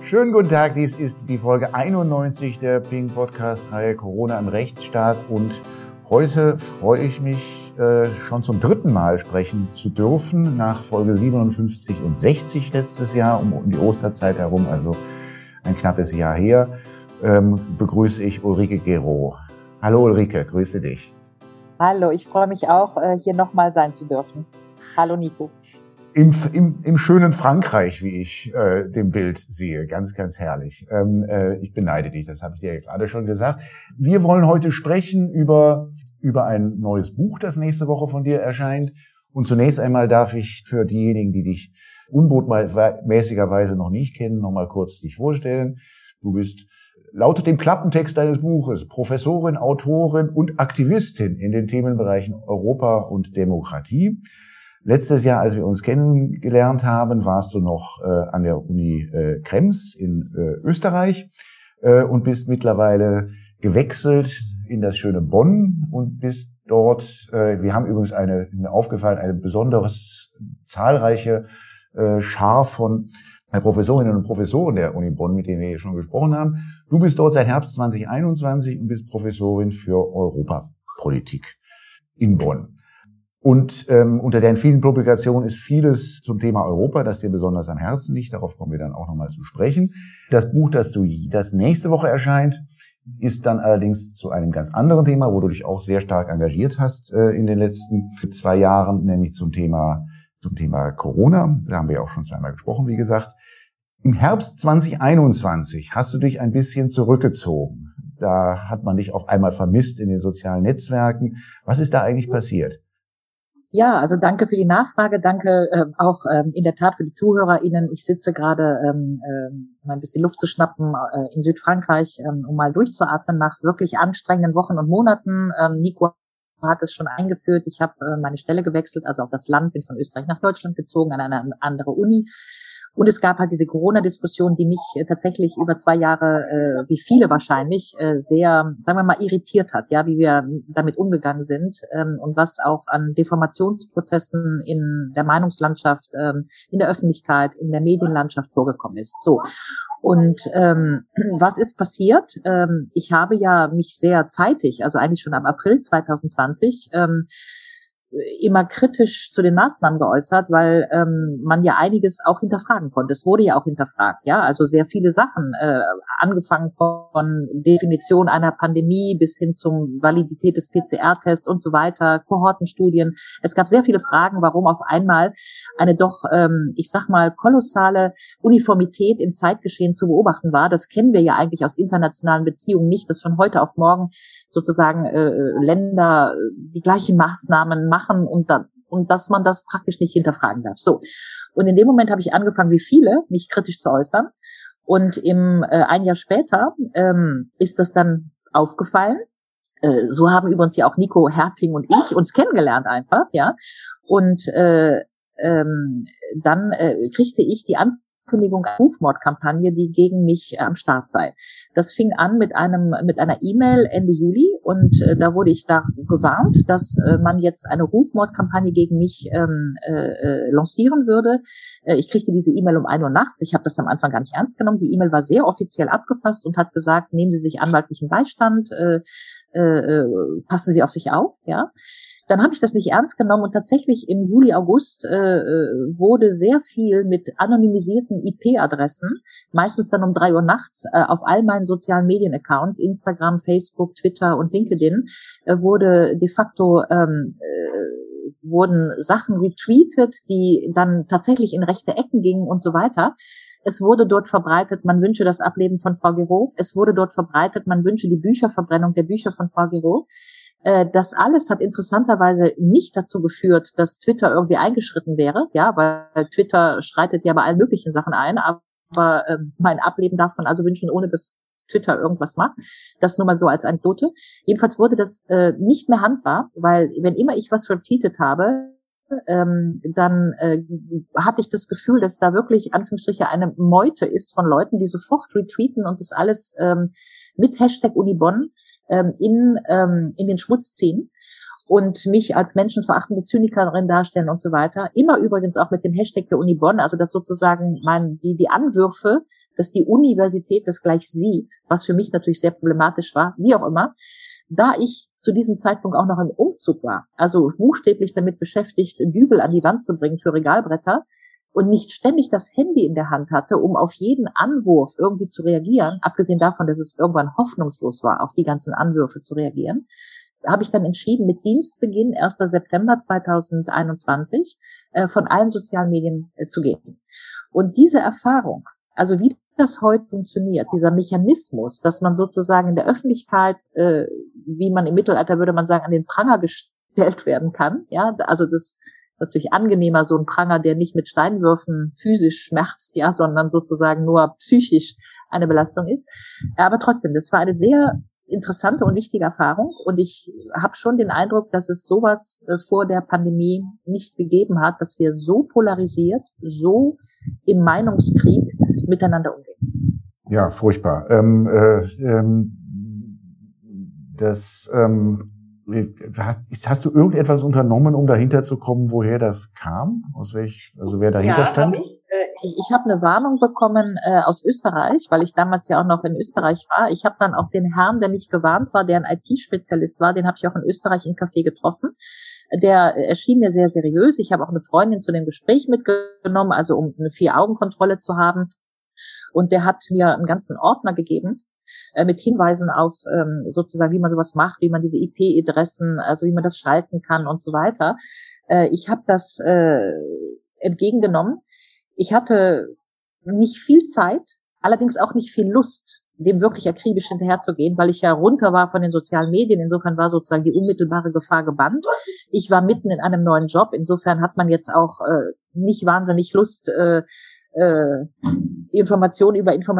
Schönen guten Tag, dies ist die Folge 91 der Ping-Podcast-Reihe Corona im Rechtsstaat und heute freue ich mich, schon zum dritten Mal sprechen zu dürfen, nach Folge 57 und 60 letztes Jahr, um die Osterzeit herum, also ein knappes Jahr her, begrüße ich Ulrike Gero. Hallo Ulrike, grüße dich. Hallo, ich freue mich auch, hier nochmal sein zu dürfen. Hallo Nico. Im schönen Frankreich, wie ich dem Bild sehe. Ganz, ganz herrlich. Ich beneide dich, das habe ich dir ja gerade schon gesagt. Wir wollen heute sprechen über ein neues Buch, das nächste Woche von dir erscheint. Und zunächst einmal darf ich für diejenigen, die dich unbotmäßigerweise noch nicht kennen, nochmal kurz dich vorstellen. Du bist laut dem Klappentext deines Buches Professorin, Autorin und Aktivistin in den Themenbereichen Europa und Demokratie. Letztes Jahr, als wir uns kennengelernt haben, warst du noch an der Uni Krems in Österreich und bist mittlerweile gewechselt in das schöne Bonn und bist dort, wir haben übrigens mir aufgefallen, eine besonders zahlreiche Schar von Professorinnen und Professoren der Uni Bonn, mit denen wir hier schon gesprochen haben. Du bist dort seit Herbst 2021 und bist Professorin für Europapolitik in Bonn. Und unter deinen vielen Publikationen ist vieles zum Thema Europa, das dir besonders am Herzen liegt. Darauf kommen wir dann auch nochmal zu sprechen. Das Buch, das nächste Woche erscheint, ist dann allerdings zu einem ganz anderen Thema, wo du dich auch sehr stark engagiert hast in den letzten 2 Jahren, nämlich zum Thema Corona. Da haben wir auch schon zweimal gesprochen, wie gesagt. Im Herbst 2021 hast du dich ein bisschen zurückgezogen. Da hat man dich auf einmal vermisst in den sozialen Netzwerken. Was ist da eigentlich passiert? Ja, also danke für die Nachfrage, danke auch in der Tat für die ZuhörerInnen. Ich sitze gerade, um ein bisschen Luft zu schnappen, in Südfrankreich, um mal durchzuatmen nach wirklich anstrengenden Wochen und Monaten. Nico hat es schon eingeführt. Ich habe meine Stelle gewechselt, also auch das Land, bin von Österreich nach Deutschland gezogen, an eine andere Uni. Und es gab halt diese Corona-Diskussion, die mich tatsächlich über 2 Jahre, wie viele wahrscheinlich, sehr, sagen wir mal, irritiert hat, ja, wie wir damit umgegangen sind und was auch an Deformationsprozessen in der Meinungslandschaft, in der Öffentlichkeit, in der Medienlandschaft vorgekommen ist. So. Und was ist passiert? Ich habe ja mich sehr zeitig, also eigentlich schon am April 2020, immer kritisch zu den Maßnahmen geäußert, weil man ja einiges auch hinterfragen konnte. Es wurde ja auch hinterfragt, ja, also sehr viele Sachen, angefangen von Definition einer Pandemie bis hin zum Validität des PCR-Tests und so weiter, Kohortenstudien. Es gab sehr viele Fragen, warum auf einmal eine doch, ich sag mal, kolossale Uniformität im Zeitgeschehen zu beobachten war. Das kennen wir ja eigentlich aus internationalen Beziehungen nicht, dass von heute auf morgen sozusagen Länder die gleichen Maßnahmen machen und dass man das praktisch nicht hinterfragen darf. So. Und in dem Moment habe ich angefangen, wie viele, mich kritisch zu äußern. Und ein Jahr später ist das dann aufgefallen. So haben übrigens ja auch Nico Herting und ich uns kennengelernt einfach, ja. Und dann kriegte ich die Ankündigung einer Rufmordkampagne, die gegen mich am Start sei. Das fing an mit einer E-Mail Ende Juli und da wurde ich da gewarnt, dass man jetzt eine Rufmordkampagne gegen mich lancieren würde. Ich kriegte diese E-Mail um 1 Uhr nachts. Ich habe das am Anfang gar nicht ernst genommen. Die E-Mail war sehr offiziell abgefasst und hat gesagt, nehmen Sie sich anwaltlichen Beistand, passen Sie auf sich auf, ja. Dann habe ich das nicht ernst genommen und tatsächlich im Juli, August wurde sehr viel mit anonymisierten IP-Adressen, meistens dann um 3 Uhr nachts, auf all meinen sozialen Medien-Accounts, Instagram, Facebook, Twitter und LinkedIn, wurde de facto wurden Sachen retweetet, die dann tatsächlich in rechte Ecken gingen und so weiter. Es wurde dort verbreitet, man wünsche das Ableben von Frau Gero. Es wurde dort verbreitet, man wünsche die Bücherverbrennung der Bücher von Frau Gero. Das alles hat interessanterweise nicht dazu geführt, dass Twitter irgendwie eingeschritten wäre, ja, weil Twitter schreitet ja bei allen möglichen Sachen ein, aber mein Ableben darf man also wünschen, ohne dass Twitter irgendwas macht. Das nur mal so als Anekdote. Jedenfalls wurde das nicht mehr handbar, weil wenn immer ich was retweetet habe, dann hatte ich das Gefühl, dass da wirklich Anführungsstriche eine Meute ist von Leuten, die sofort retweeten und das alles mit Hashtag Unibonn in den Schmutz ziehen. und mich als menschenverachtende Zynikerin darstellen und so weiter. Immer übrigens auch mit dem Hashtag der Uni Bonn, also dass sozusagen die Anwürfe, dass die Universität das gleich sieht, was für mich natürlich sehr problematisch war, wie auch immer, da ich zu diesem Zeitpunkt auch noch im Umzug war, also buchstäblich damit beschäftigt, Dübel an die Wand zu bringen für Regalbretter und nicht ständig das Handy in der Hand hatte, um auf jeden Anwurf irgendwie zu reagieren, abgesehen davon, dass es irgendwann hoffnungslos war, auf die ganzen Anwürfe zu reagieren, habe ich dann entschieden, mit Dienstbeginn 1. September 2021 von allen sozialen Medien zu gehen. Und diese Erfahrung, also wie das heute funktioniert, dieser Mechanismus, dass man sozusagen in der Öffentlichkeit, wie man im Mittelalter würde man sagen, an den Pranger gestellt werden kann, ja, also das ist natürlich angenehmer, so ein Pranger, der nicht mit Steinwürfen physisch schmerzt, ja, sondern sozusagen nur psychisch eine Belastung ist. Aber trotzdem, das war eine sehr interessante und wichtige Erfahrung und ich habe schon den Eindruck, dass es sowas vor der Pandemie nicht gegeben hat, dass wir so polarisiert, so im Meinungskrieg miteinander umgehen. Ja, furchtbar. Hast du irgendetwas unternommen, um dahinter zu kommen, woher das kam? Also wer dahinter stand? Ich habe eine Warnung bekommen aus Österreich, weil ich damals ja auch noch in Österreich war. Ich habe dann auch den Herrn, der mich gewarnt war, der ein IT-Spezialist war, den habe ich auch in Österreich im Café getroffen. Der erschien mir sehr seriös. Ich habe auch eine Freundin zu dem Gespräch mitgenommen, also um eine 4-Augen-Kontrolle zu haben. Und der hat mir einen ganzen Ordner gegeben mit Hinweisen auf sozusagen, wie man sowas macht, wie man diese IP-Adressen, also wie man das schalten kann und so weiter. Ich habe das entgegengenommen. Ich hatte nicht viel Zeit, allerdings auch nicht viel Lust, dem wirklich akribisch hinterherzugehen, weil ich ja runter war von den sozialen Medien. Insofern war sozusagen die unmittelbare Gefahr gebannt. Ich war mitten in einem neuen Job. Insofern hat man jetzt auch nicht wahnsinnig Lust, Informationen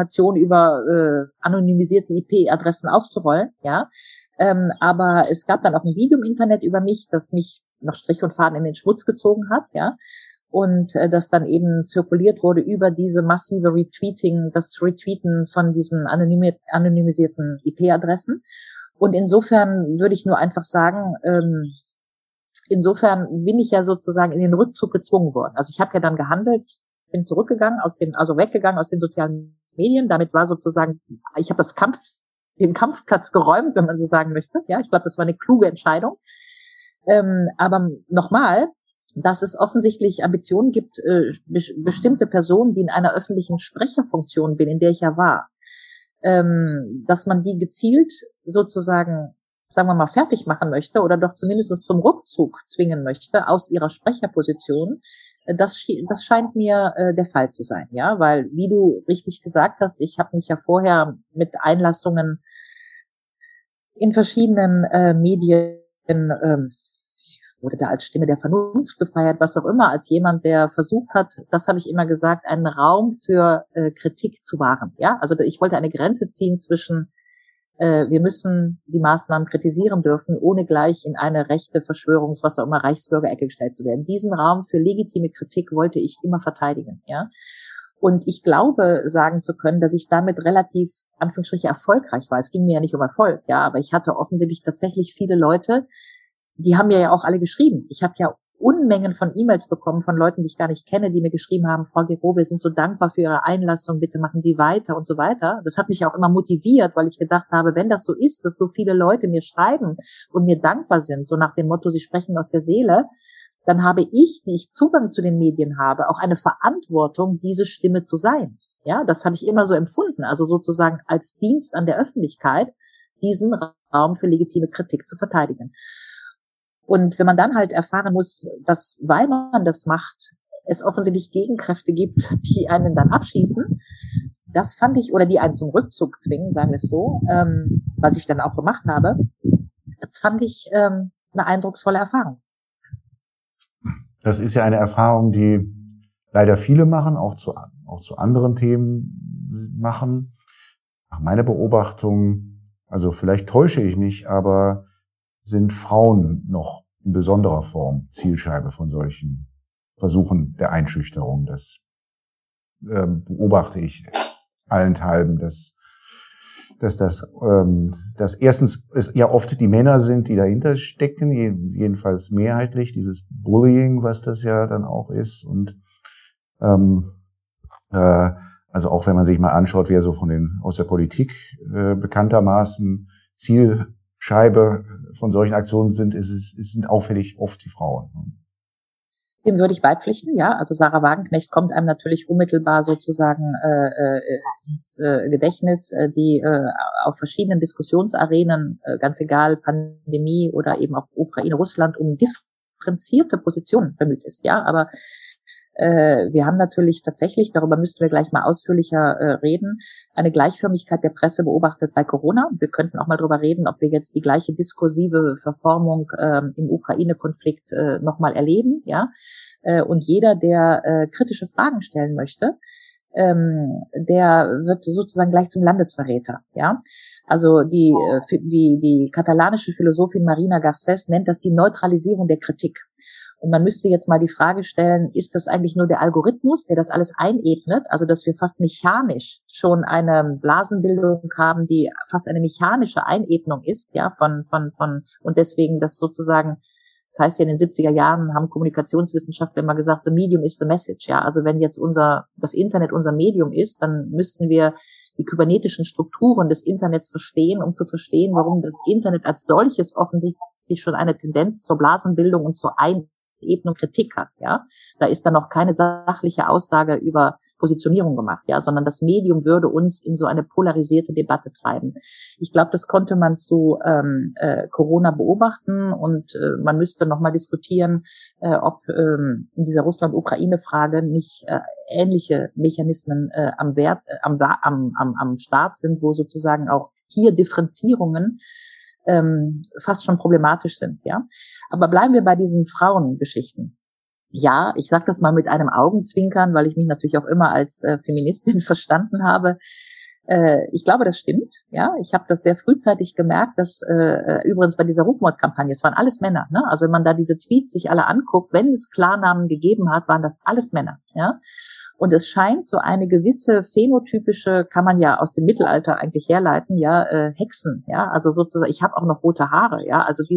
über anonymisierte IP-Adressen aufzurollen, ja. Aber es gab dann auch ein Video im Internet über mich, das mich nach Strich und Faden in den Schmutz gezogen hat, ja. Und das dann eben zirkuliert wurde über diese massive das Retweeten von diesen anonymisierten IP-Adressen. Und insofern würde ich nur einfach sagen, insofern bin ich ja sozusagen in den Rückzug gezwungen worden. Also ich habe ja dann gehandelt, bin zurückgegangen weggegangen aus den sozialen Medien. Damit war sozusagen, ich habe den Kampfplatz geräumt, wenn man so sagen möchte. Ja, ich glaube, das war eine kluge Entscheidung. Aber nochmal, dass es offensichtlich Ambitionen gibt, bestimmte Personen, die in einer öffentlichen Sprecherfunktion bin, in der ich ja war, dass man die gezielt sozusagen, sagen wir mal, fertig machen möchte oder doch zumindest zum Rückzug zwingen möchte aus ihrer Sprecherposition. Das scheint mir der Fall zu sein, ja, weil, wie du richtig gesagt hast, ich habe mich ja vorher mit Einlassungen in verschiedenen Medien wurde da als Stimme der Vernunft gefeiert, was auch immer, als jemand, der versucht hat, das habe ich immer gesagt, einen Raum für Kritik zu wahren. Ja, also ich wollte eine Grenze ziehen zwischen wir müssen die Maßnahmen kritisieren dürfen, ohne gleich in eine rechte Verschwörungs-, was auch immer, Reichsbürgerecke gestellt zu werden. Diesen Raum für legitime Kritik wollte ich immer verteidigen, ja. Und ich glaube, sagen zu können, dass ich damit relativ, Anführungsstriche, erfolgreich war. Es ging mir ja nicht um Erfolg, ja, aber ich hatte offensichtlich tatsächlich viele Leute, die haben mir ja auch alle geschrieben. Ich habe ja Unmengen von E-Mails bekommen von Leuten, die ich gar nicht kenne, die mir geschrieben haben, Frau Guéraud, wir sind so dankbar für Ihre Einlassung, bitte machen Sie weiter und so weiter. Das hat mich auch immer motiviert, weil ich gedacht habe, wenn das so ist, dass so viele Leute mir schreiben und mir dankbar sind, so nach dem Motto, sie sprechen aus der Seele, dann habe ich, die ich Zugang zu den Medien habe, auch eine Verantwortung, diese Stimme zu sein. Ja, das habe ich immer so empfunden, also sozusagen als Dienst an der Öffentlichkeit, diesen Raum für legitime Kritik zu verteidigen. Und wenn man dann halt erfahren muss, dass, weil man das macht, es offensichtlich Gegenkräfte gibt, die einen dann abschießen, das fand ich, oder die einen zum Rückzug zwingen, sagen wir es so, was ich dann auch gemacht habe, das fand ich eine eindrucksvolle Erfahrung. Das ist ja eine Erfahrung, die leider viele machen, auch zu anderen Themen machen. Nach meiner Beobachtung, also vielleicht täusche ich mich, aber sind Frauen noch in besonderer Form Zielscheibe von solchen Versuchen der Einschüchterung. Das beobachte ich allenthalben, dass dass dass erstens es ja oft die Männer sind, die dahinter stecken, jedenfalls mehrheitlich, dieses Bullying, was das ja dann auch ist. Und also auch wenn man sich mal anschaut, wer so aus der Politik bekanntermaßen Zielscheibe von solchen Aktionen sind, es sind auffällig oft die Frauen. Dem würde ich beipflichten, ja. Also Sarah Wagenknecht kommt einem natürlich unmittelbar sozusagen ins Gedächtnis, die auf verschiedenen Diskussionsarenen, ganz egal Pandemie oder eben auch Ukraine, Russland, um differenzierte Positionen bemüht ist, ja. Aber wir haben natürlich tatsächlich, darüber müssten wir gleich mal ausführlicher reden, eine Gleichförmigkeit der Presse beobachtet bei Corona. Wir könnten auch mal darüber reden, ob wir jetzt die gleiche diskursive Verformung im Ukraine-Konflikt nochmal erleben, ja. Und jeder, der kritische Fragen stellen möchte, der wird sozusagen gleich zum Landesverräter, ja. Also die katalanische Philosophin Marina Garcés nennt das die Neutralisierung der Kritik. Und man müsste jetzt mal die Frage stellen, ist das eigentlich nur der Algorithmus, der das alles einebnet? Also, dass wir fast mechanisch schon eine Blasenbildung haben, die fast eine mechanische Einebnung ist, ja, und deswegen das sozusagen, das heißt ja in den 70er Jahren haben Kommunikationswissenschaftler immer gesagt, the medium is the message, ja. Also, wenn jetzt das Internet unser Medium ist, dann müssten wir die kybernetischen Strukturen des Internets verstehen, um zu verstehen, warum das Internet als solches offensichtlich schon eine Tendenz zur Blasenbildung und zur Einebnung Kritik hat, ja. Da ist dann noch keine sachliche Aussage über Positionierung gemacht, ja, sondern das Medium würde uns in so eine polarisierte Debatte treiben. Ich glaube, das konnte man zu Corona beobachten und man müsste noch mal diskutieren, ob in dieser Russland-Ukraine-Frage nicht ähnliche Mechanismen am Start sind, wo sozusagen auch hier Differenzierungen fast schon problematisch sind, ja. Aber bleiben wir bei diesen Frauengeschichten. Ja, ich sage das mal mit einem Augenzwinkern, weil ich mich natürlich auch immer als Feministin verstanden habe. Ich glaube, das stimmt, ja. Ich habe das sehr frühzeitig gemerkt, dass übrigens bei dieser Rufmordkampagne, es waren alles Männer, ne? Also wenn man da diese Tweets sich alle anguckt, wenn es Klarnamen gegeben hat, waren das alles Männer, ja. Und es scheint so eine gewisse phänotypische, kann man ja aus dem Mittelalter eigentlich herleiten, ja, Hexen, ja, also sozusagen, ich habe auch noch rote Haare, ja, also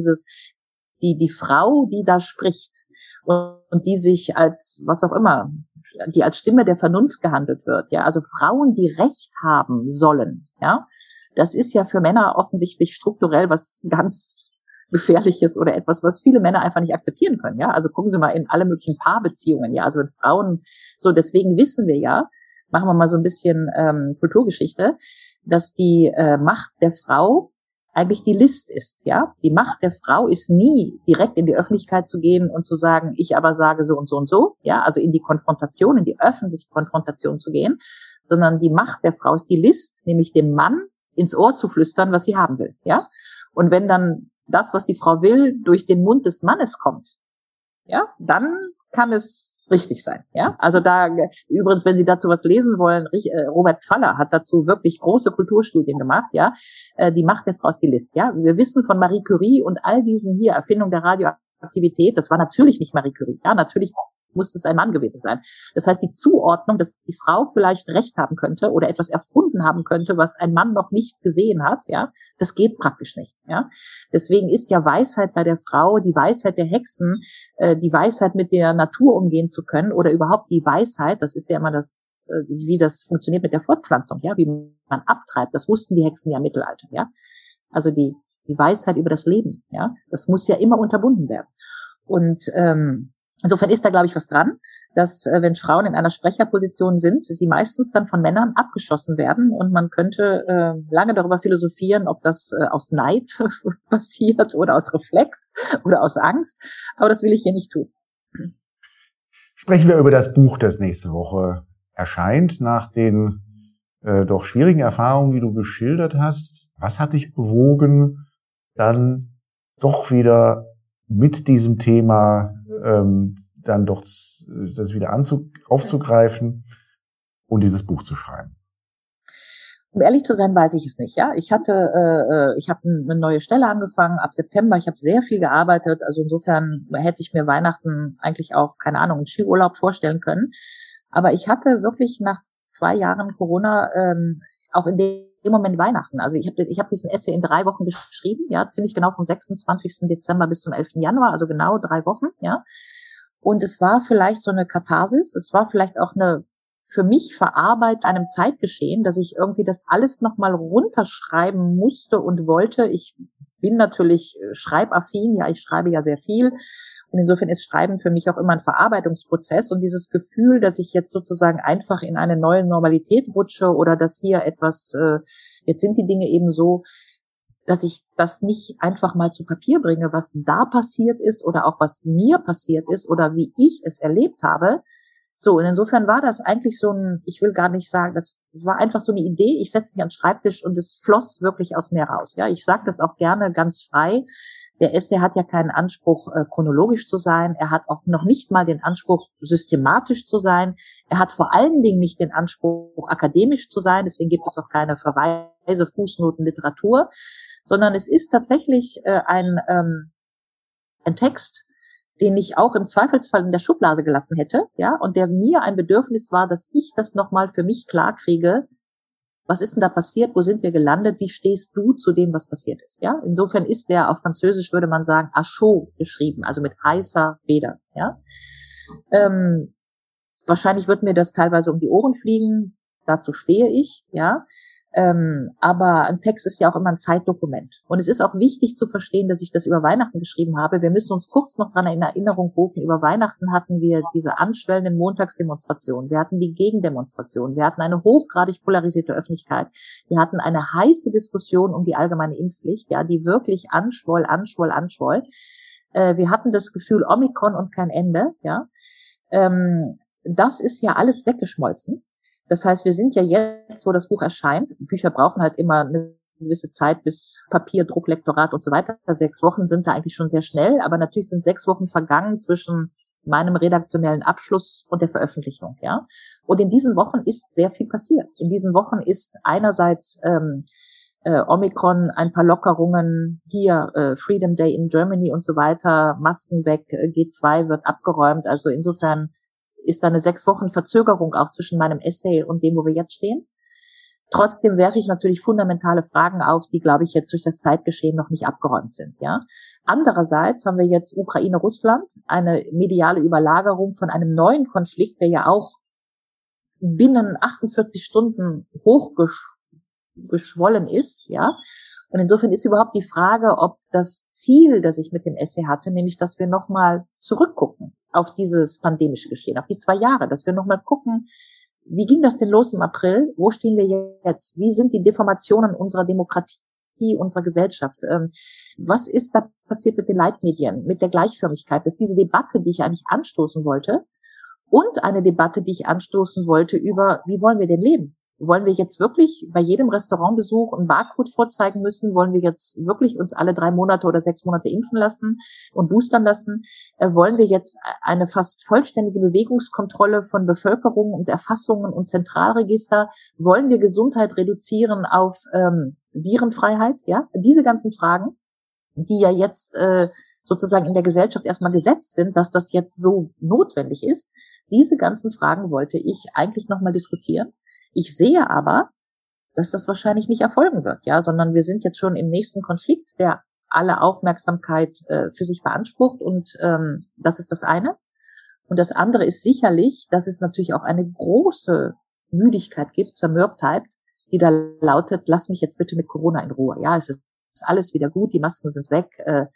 die Frau, die da spricht und die sich als, was auch immer, die als Stimme der Vernunft gehandelt wird, ja, also Frauen, die Recht haben sollen, ja, das ist ja für Männer offensichtlich strukturell was ganz Gefährliches oder etwas, was viele Männer einfach nicht akzeptieren können, ja. Also gucken Sie mal in alle möglichen Paarbeziehungen, ja. Also wenn Frauen so, deswegen wissen wir ja, machen wir mal so ein bisschen Kulturgeschichte, dass die Macht der Frau eigentlich die List ist, ja. Die Macht der Frau ist nie direkt in die Öffentlichkeit zu gehen und zu sagen, ich aber sage so und so und so, ja. Also in die Konfrontation, in die öffentliche Konfrontation zu gehen, sondern die Macht der Frau ist die List, nämlich dem Mann ins Ohr zu flüstern, was sie haben will, ja. Und wenn dann das, was die Frau will, durch den Mund des Mannes kommt, ja, dann kann es richtig sein, ja. Also da, übrigens, wenn Sie dazu was lesen wollen, Robert Pfaller hat dazu wirklich große Kulturstudien gemacht, ja. Die Macht der Frau ist die List, ja. Wir wissen von Marie Curie und all diesen hier Erfindungen der Radioaktivität, das war natürlich nicht Marie Curie, ja, natürlich muss es ein Mann gewesen sein. Das heißt, die Zuordnung, dass die Frau vielleicht Recht haben könnte oder etwas erfunden haben könnte, was ein Mann noch nicht gesehen hat, ja, das geht praktisch nicht, ja. Deswegen ist ja Weisheit bei der Frau die Weisheit der Hexen, die Weisheit, mit der Natur umgehen zu können oder überhaupt die Weisheit, das ist ja immer das, wie das funktioniert mit der Fortpflanzung, ja, wie man abtreibt, das wussten die Hexen ja im Mittelalter, ja. Also die Weisheit über das Leben, ja, das muss ja immer unterbunden werden. Und insofern ist da, glaube ich, was dran, dass wenn Frauen in einer Sprecherposition sind, sie meistens dann von Männern abgeschossen werden und man könnte lange darüber philosophieren, ob das aus Neid passiert oder aus Reflex oder aus Angst, aber das will ich hier nicht tun. Sprechen wir über das Buch, das nächste Woche erscheint, nach den doch schwierigen Erfahrungen, die du geschildert hast. Was hat dich bewogen, dann doch wieder mit diesem Thema dann doch das wieder aufzugreifen und dieses Buch zu schreiben? Um ehrlich zu sein, weiß ich es nicht. Ja, ich habe eine neue Stelle angefangen ab September. Ich habe sehr viel gearbeitet. Also insofern hätte ich mir Weihnachten eigentlich auch, keine Ahnung, einen Skiurlaub vorstellen können. Aber ich hatte wirklich nach 2 Jahren Corona auch in dem Moment Weihnachten. Also ich hab diesen Essay in 3 Wochen geschrieben, ja, ziemlich genau vom 26. Dezember bis zum 11. Januar, also genau 3 Wochen, ja. Und es war vielleicht so eine Katharsis, es war vielleicht auch eine für mich verarbeitet einem Zeitgeschehen, dass ich irgendwie das alles nochmal runterschreiben musste und wollte. Ich bin natürlich schreibaffin, ja, ich schreibe ja sehr viel. Und insofern ist Schreiben für mich auch immer ein Verarbeitungsprozess. Und dieses Gefühl, dass ich jetzt sozusagen einfach in eine neue Normalität rutsche oder dass hier etwas, jetzt sind die Dinge eben so, dass ich das nicht einfach mal zu Papier bringe, was da passiert ist oder auch was mir passiert ist oder wie ich es erlebt habe. So, und insofern war das eigentlich so ein, ich will gar nicht sagen, das war einfach so eine Idee, ich setze mich an den Schreibtisch und es floss wirklich aus mir raus. Ja, ich sage das auch gerne ganz frei. Der Essay hat ja keinen Anspruch, chronologisch zu sein. Er hat auch noch nicht mal den Anspruch, systematisch zu sein. Er hat vor allen Dingen nicht den Anspruch, akademisch zu sein. Deswegen gibt es auch keine Verweise, Fußnoten, Literatur, sondern es ist tatsächlich ein Text, den ich auch im Zweifelsfall in der Schublade gelassen hätte, ja, und der mir ein Bedürfnis war, dass ich das nochmal für mich klar kriege. Was ist denn da passiert? Wo sind wir gelandet? Wie stehst du zu dem, was passiert ist? Ja, insofern ist der auf Französisch würde man sagen à chaud geschrieben, also mit heißer Feder. Ja, wahrscheinlich wird mir das teilweise um die Ohren fliegen. Dazu stehe ich. Ja. Aber ein Text ist ja auch immer ein Zeitdokument. Und es ist auch wichtig zu verstehen, dass ich das über Weihnachten geschrieben habe. Wir müssen uns kurz noch dran in Erinnerung rufen. Über Weihnachten hatten wir diese anschwellenden Montagsdemonstrationen. Wir hatten die Gegendemonstrationen. Wir hatten eine hochgradig polarisierte Öffentlichkeit. Wir hatten eine heiße Diskussion um die allgemeine Impfpflicht, ja, die wirklich anschwoll. Wir hatten das Gefühl Omikron und kein Ende, ja. Das ist ja alles weggeschmolzen. Das heißt, wir sind ja jetzt, wo das Buch erscheint, Bücher brauchen halt immer eine gewisse Zeit bis Papier, Druck, Lektorat und so weiter. 6 Wochen sind da eigentlich schon sehr schnell, aber natürlich sind 6 Wochen vergangen zwischen meinem redaktionellen Abschluss und der Veröffentlichung, ja. Und in diesen Wochen ist sehr viel passiert. In diesen Wochen ist einerseits Omikron, ein paar Lockerungen hier, Freedom Day in Germany und so weiter, Masken weg, G2 wird abgeräumt. Also insofern ist da eine 6 Wochen Verzögerung auch zwischen meinem Essay und dem, wo wir jetzt stehen. Trotzdem werfe ich natürlich fundamentale Fragen auf, die, glaube ich, jetzt durch das Zeitgeschehen noch nicht abgeräumt sind, ja. Andererseits haben wir jetzt Ukraine-Russland, eine mediale Überlagerung von einem neuen Konflikt, der ja auch binnen 48 Stunden hochgeschwollen ist, ja. Und insofern ist überhaupt die Frage, ob das Ziel, das ich mit dem Essay hatte, nämlich, dass wir nochmal zurückgucken auf dieses pandemische Geschehen, auf die 2 Jahre, dass wir nochmal gucken, wie ging das denn los im April? Wo stehen wir jetzt? Wie sind die Deformationen unserer Demokratie, unserer Gesellschaft? Was ist da passiert mit den Leitmedien, mit der Gleichförmigkeit? Dass diese Debatte, die ich eigentlich anstoßen wollte, und eine Debatte, die ich anstoßen wollte über, wie wollen wir denn leben? Wollen wir jetzt wirklich bei jedem Restaurantbesuch einen Barcode vorzeigen müssen? Wollen wir jetzt wirklich uns alle 3 Monate oder 6 Monate impfen lassen und boostern lassen? Wollen wir jetzt eine fast vollständige Bewegungskontrolle von Bevölkerung und Erfassungen und Zentralregister? Wollen wir Gesundheit reduzieren auf Virenfreiheit? Ja, diese ganzen Fragen, die ja jetzt sozusagen in der Gesellschaft erstmal gesetzt sind, dass das jetzt so notwendig ist. Diese ganzen Fragen wollte ich eigentlich nochmal diskutieren. Ich sehe aber, dass das wahrscheinlich nicht erfolgen wird, ja, sondern wir sind jetzt schon im nächsten Konflikt, der alle Aufmerksamkeit für sich beansprucht, und das ist das eine. Und das andere ist sicherlich, dass es natürlich auch eine große Müdigkeit gibt, Zermürbtheit, die da lautet: Lass mich jetzt bitte mit Corona in Ruhe. Ja, es ist alles wieder gut, die Masken sind weg,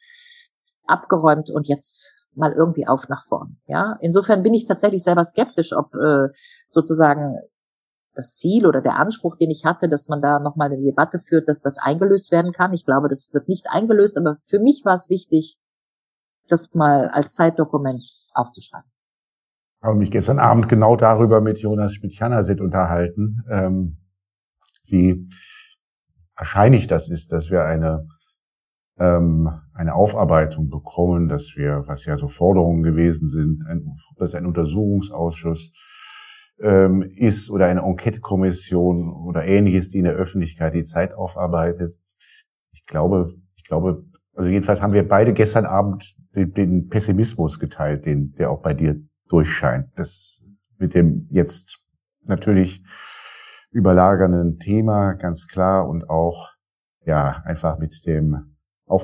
abgeräumt, und jetzt mal irgendwie auf nach vorn. Ja, insofern bin ich tatsächlich selber skeptisch, ob sozusagen das Ziel oder der Anspruch, den ich hatte, dass man da nochmal eine Debatte führt, dass das eingelöst werden kann. Ich glaube, das wird nicht eingelöst, aber für mich war es wichtig, das mal als Zeitdokument aufzuschreiben. Ich habe mich gestern Abend genau darüber mit Jonas Schmidt-Chanasit unterhalten, wie wahrscheinlich das ist, dass wir eine Aufarbeitung bekommen, dass wir, was ja so Forderungen gewesen sind, dass ein Untersuchungsausschuss ist oder eine Enquete-Kommission oder Ähnliches, die in der Öffentlichkeit die Zeit aufarbeitet. Ich glaube, also jedenfalls haben wir beide gestern Abend den Pessimismus geteilt, der auch bei dir durchscheint. Das mit dem jetzt natürlich überlagernden Thema, ganz klar, und auch ja einfach mit dem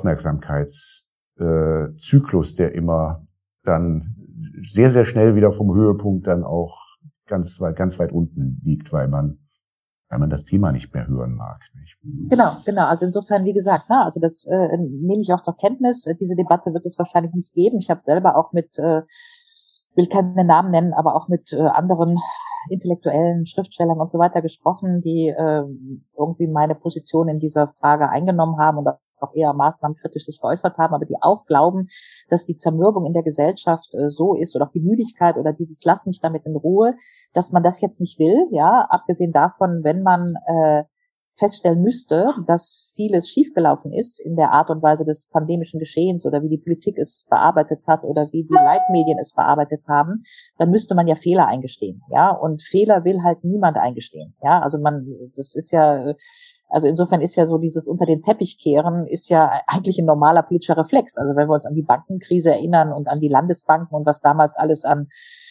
Aufmerksamkeitszyklus, der immer dann sehr, sehr schnell wieder vom Höhepunkt dann auch ganz weit unten liegt, weil man das Thema nicht mehr hören mag. Nicht? Genau. Also insofern, wie gesagt, also das nehme ich auch zur Kenntnis. Diese Debatte wird es wahrscheinlich nicht geben. Ich habe selber auch will keine Namen nennen, aber auch mit anderen intellektuellen Schriftstellern und so weiter gesprochen, die irgendwie meine Position in dieser Frage eingenommen haben und auch eher maßnahmenkritisch sich geäußert haben, aber die auch glauben, dass die Zermürbung in der Gesellschaft so ist oder auch die Müdigkeit oder dieses Lass mich damit in Ruhe, dass man das jetzt nicht will, ja, abgesehen davon, wenn man feststellen müsste, dass vieles schiefgelaufen ist in der Art und Weise des pandemischen Geschehens oder wie die Politik es bearbeitet hat oder wie die Leitmedien es bearbeitet haben, dann müsste man ja Fehler eingestehen, ja, und Fehler will halt niemand eingestehen, ja, also das ist ja, also insofern ist ja so dieses unter den Teppich kehren ist ja eigentlich ein normaler politischer Reflex, also wenn wir uns an die Bankenkrise erinnern und an die Landesbanken und was damals alles an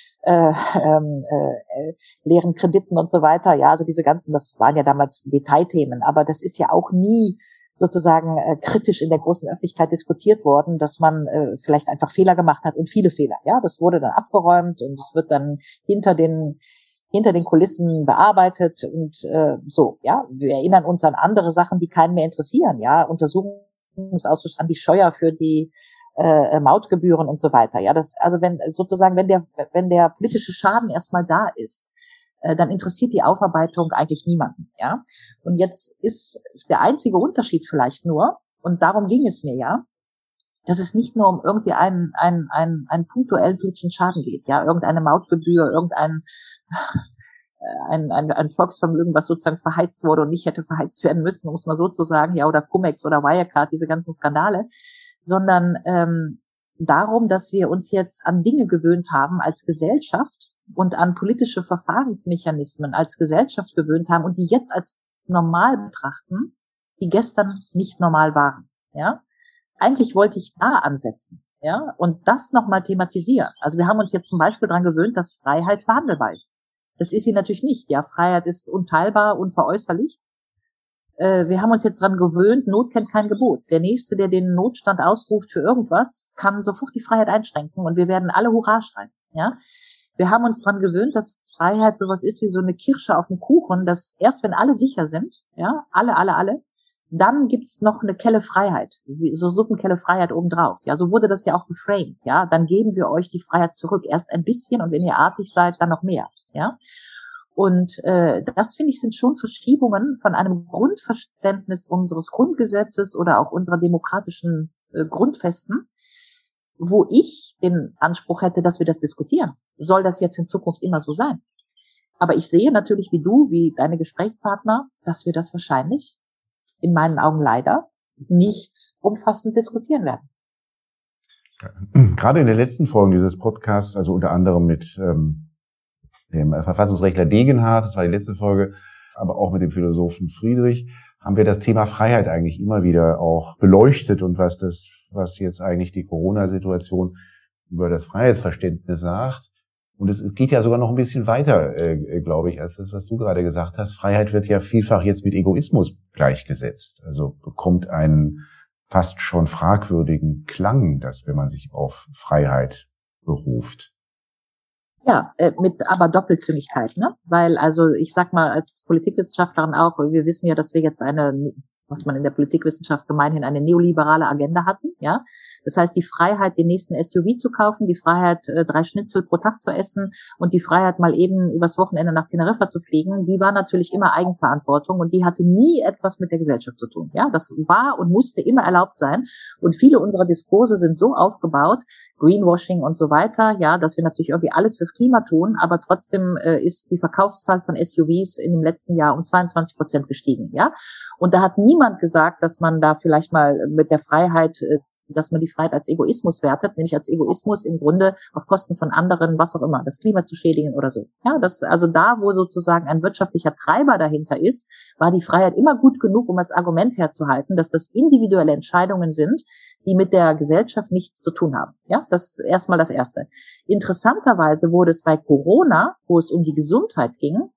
leeren Krediten und so weiter. Ja, also diese ganzen, das waren ja damals Detailthemen, aber das ist ja auch nie sozusagen kritisch in der großen Öffentlichkeit diskutiert worden, dass man vielleicht einfach Fehler gemacht hat und viele Fehler. Ja, das wurde dann abgeräumt und es wird dann hinter den Kulissen bearbeitet und so. Ja, wir erinnern uns an andere Sachen, die keinen mehr interessieren. Ja, Untersuchungsausschuss an die Scheuer für die Mautgebühren und so weiter. Ja, wenn der politische Schaden erstmal da ist, dann interessiert die Aufarbeitung eigentlich niemanden. Ja, und jetzt ist der einzige Unterschied vielleicht nur, und darum ging es mir ja, dass es nicht nur um irgendwie einen punktuellen politischen Schaden geht. Ja, irgendeine Mautgebühr, ein Volksvermögen, was sozusagen verheizt wurde und nicht hätte verheizt werden müssen, muss man so zu sagen, ja, oder Cum-Ex oder Wirecard, diese ganzen Skandale, sondern darum, dass wir uns jetzt an Dinge gewöhnt haben als Gesellschaft und an politische Verfahrensmechanismen als Gesellschaft gewöhnt haben und die jetzt als normal betrachten, die gestern nicht normal waren. Ja, eigentlich wollte ich da ansetzen, ja, und das nochmal thematisieren. Also wir haben uns jetzt zum Beispiel daran gewöhnt, dass Freiheit verhandelbar ist. Das ist sie natürlich nicht. Ja, Freiheit ist unteilbar, unveräußerlich. Wir haben uns jetzt daran gewöhnt, Not kennt kein Gebot. Der Nächste, der den Notstand ausruft für irgendwas, kann sofort die Freiheit einschränken und wir werden alle Hurra schreien. Ja, wir haben uns daran gewöhnt, dass Freiheit sowas ist wie so eine Kirsche auf dem Kuchen, dass erst wenn alle sicher sind, ja, alle, dann gibt's noch eine Kelle Freiheit, so Suppenkelle Freiheit obendrauf. Ja, so wurde das ja auch geframed. Ja, dann geben wir euch die Freiheit zurück. Erst ein bisschen und wenn ihr artig seid, dann noch mehr. Ja. Und das, finde ich, sind schon Verschiebungen von einem Grundverständnis unseres Grundgesetzes oder auch unserer demokratischen Grundfesten, wo ich den Anspruch hätte, dass wir das diskutieren. Soll das jetzt in Zukunft immer so sein? Aber ich sehe natürlich wie du, wie deine Gesprächspartner, dass wir das wahrscheinlich, in meinen Augen leider, nicht umfassend diskutieren werden. Gerade in den letzten Folgen dieses Podcasts, also unter anderem mit dem Verfassungsrechtler Degenhardt, das war die letzte Folge, aber auch mit dem Philosophen Friedrich, haben wir das Thema Freiheit eigentlich immer wieder auch beleuchtet und was jetzt eigentlich die Corona-Situation über das Freiheitsverständnis sagt. Und es geht ja sogar noch ein bisschen weiter, glaube ich, als das, was du gerade gesagt hast. Freiheit wird ja vielfach jetzt mit Egoismus gleichgesetzt. Also bekommt einen fast schon fragwürdigen Klang, dass wenn man sich auf Freiheit beruft. Ja, mit aber Doppelzüngigkeit, ne? Weil, also ich sag mal, als Politikwissenschaftlerin auch, wir wissen ja, dass wir jetzt was man in der Politikwissenschaft gemeinhin eine neoliberale Agenda hatten, ja. Das heißt, die Freiheit, den nächsten SUV zu kaufen, die Freiheit, 3 Schnitzel pro Tag zu essen und die Freiheit, mal eben übers Wochenende nach Teneriffa zu fliegen, die war natürlich immer Eigenverantwortung und die hatte nie etwas mit der Gesellschaft zu tun, ja. Das war und musste immer erlaubt sein und viele unserer Diskurse sind so aufgebaut, Greenwashing und so weiter, ja, dass wir natürlich irgendwie alles fürs Klima tun, aber trotzdem ist die Verkaufszahl von SUVs in dem letzten Jahr um 22% gestiegen, ja. Und da hat niemand gesagt, dass man da vielleicht mal mit der Freiheit, dass man die Freiheit als Egoismus wertet, nämlich als Egoismus im Grunde auf Kosten von anderen, was auch immer, das Klima zu schädigen oder so. Ja, das, also da, wo sozusagen ein wirtschaftlicher Treiber dahinter ist, war die Freiheit immer gut genug, um als Argument herzuhalten, dass das individuelle Entscheidungen sind, die mit der Gesellschaft nichts zu tun haben. Ja, das ist erstmal das Erste. Interessanterweise wurde es bei Corona, wo es um die Gesundheit ging,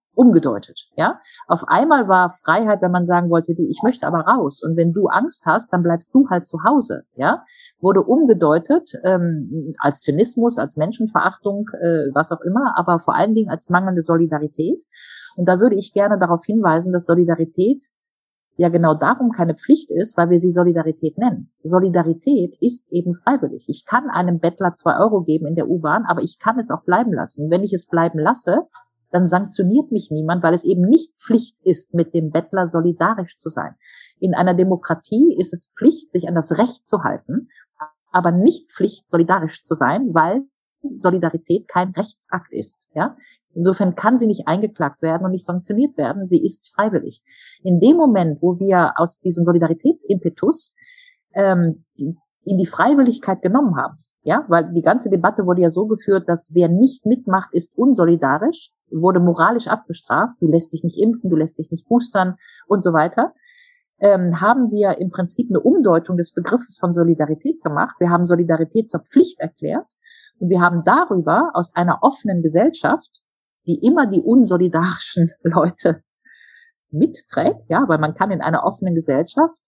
umgedeutet, ja. Auf einmal war Freiheit, wenn man sagen wollte, du, ich möchte aber raus. Und wenn du Angst hast, dann bleibst du halt zu Hause, ja. Wurde umgedeutet, als Zynismus, als Menschenverachtung, was auch immer, aber vor allen Dingen als mangelnde Solidarität. Und da würde ich gerne darauf hinweisen, dass Solidarität ja genau darum keine Pflicht ist, weil wir sie Solidarität nennen. Solidarität ist eben freiwillig. Ich kann einem Bettler 2 Euro geben in der U-Bahn, aber ich kann es auch bleiben lassen. Wenn ich es bleiben lasse, dann sanktioniert mich niemand, weil es eben nicht Pflicht ist, mit dem Bettler solidarisch zu sein. In einer Demokratie ist es Pflicht, sich an das Recht zu halten, aber nicht Pflicht, solidarisch zu sein, weil Solidarität kein Rechtsakt ist, ja. Insofern kann sie nicht eingeklagt werden und nicht sanktioniert werden. Sie ist freiwillig. In dem Moment, wo wir aus diesem Solidaritätsimpetus in die Freiwilligkeit genommen haben, ja, weil die ganze Debatte wurde ja so geführt, dass wer nicht mitmacht, ist unsolidarisch, wurde moralisch abgestraft. Du lässt dich nicht impfen, du lässt dich nicht boostern und so weiter. Haben wir im Prinzip eine Umdeutung des Begriffes von Solidarität gemacht. Wir haben Solidarität zur Pflicht erklärt. Und wir haben darüber aus einer offenen Gesellschaft, die immer die unsolidarischen Leute mitträgt, ja, weil man kann in einer offenen Gesellschaft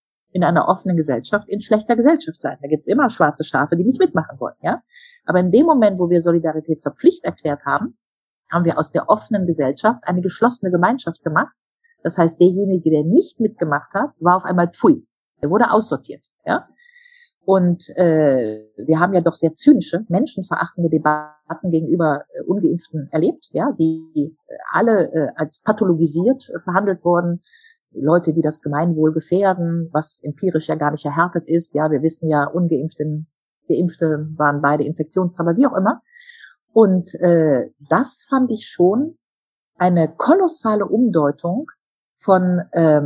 in schlechter Gesellschaft sein. Da gibt's immer schwarze Schafe, die nicht mitmachen wollen, ja. Aber in dem Moment, wo wir Solidarität zur Pflicht erklärt haben, haben wir aus der offenen Gesellschaft eine geschlossene Gemeinschaft gemacht. Das heißt, derjenige, der nicht mitgemacht hat, war auf einmal pfui. Er wurde aussortiert, ja. Und wir haben ja doch sehr zynische, menschenverachtende Debatten gegenüber Ungeimpften erlebt, ja, die alle als pathologisiert verhandelt wurden. Leute, die das Gemeinwohl gefährden, was empirisch ja gar nicht erhärtet ist. Ja, wir wissen ja, Geimpfte waren beide Infektionsträger, wie auch immer. Und das fand ich schon eine kolossale Umdeutung von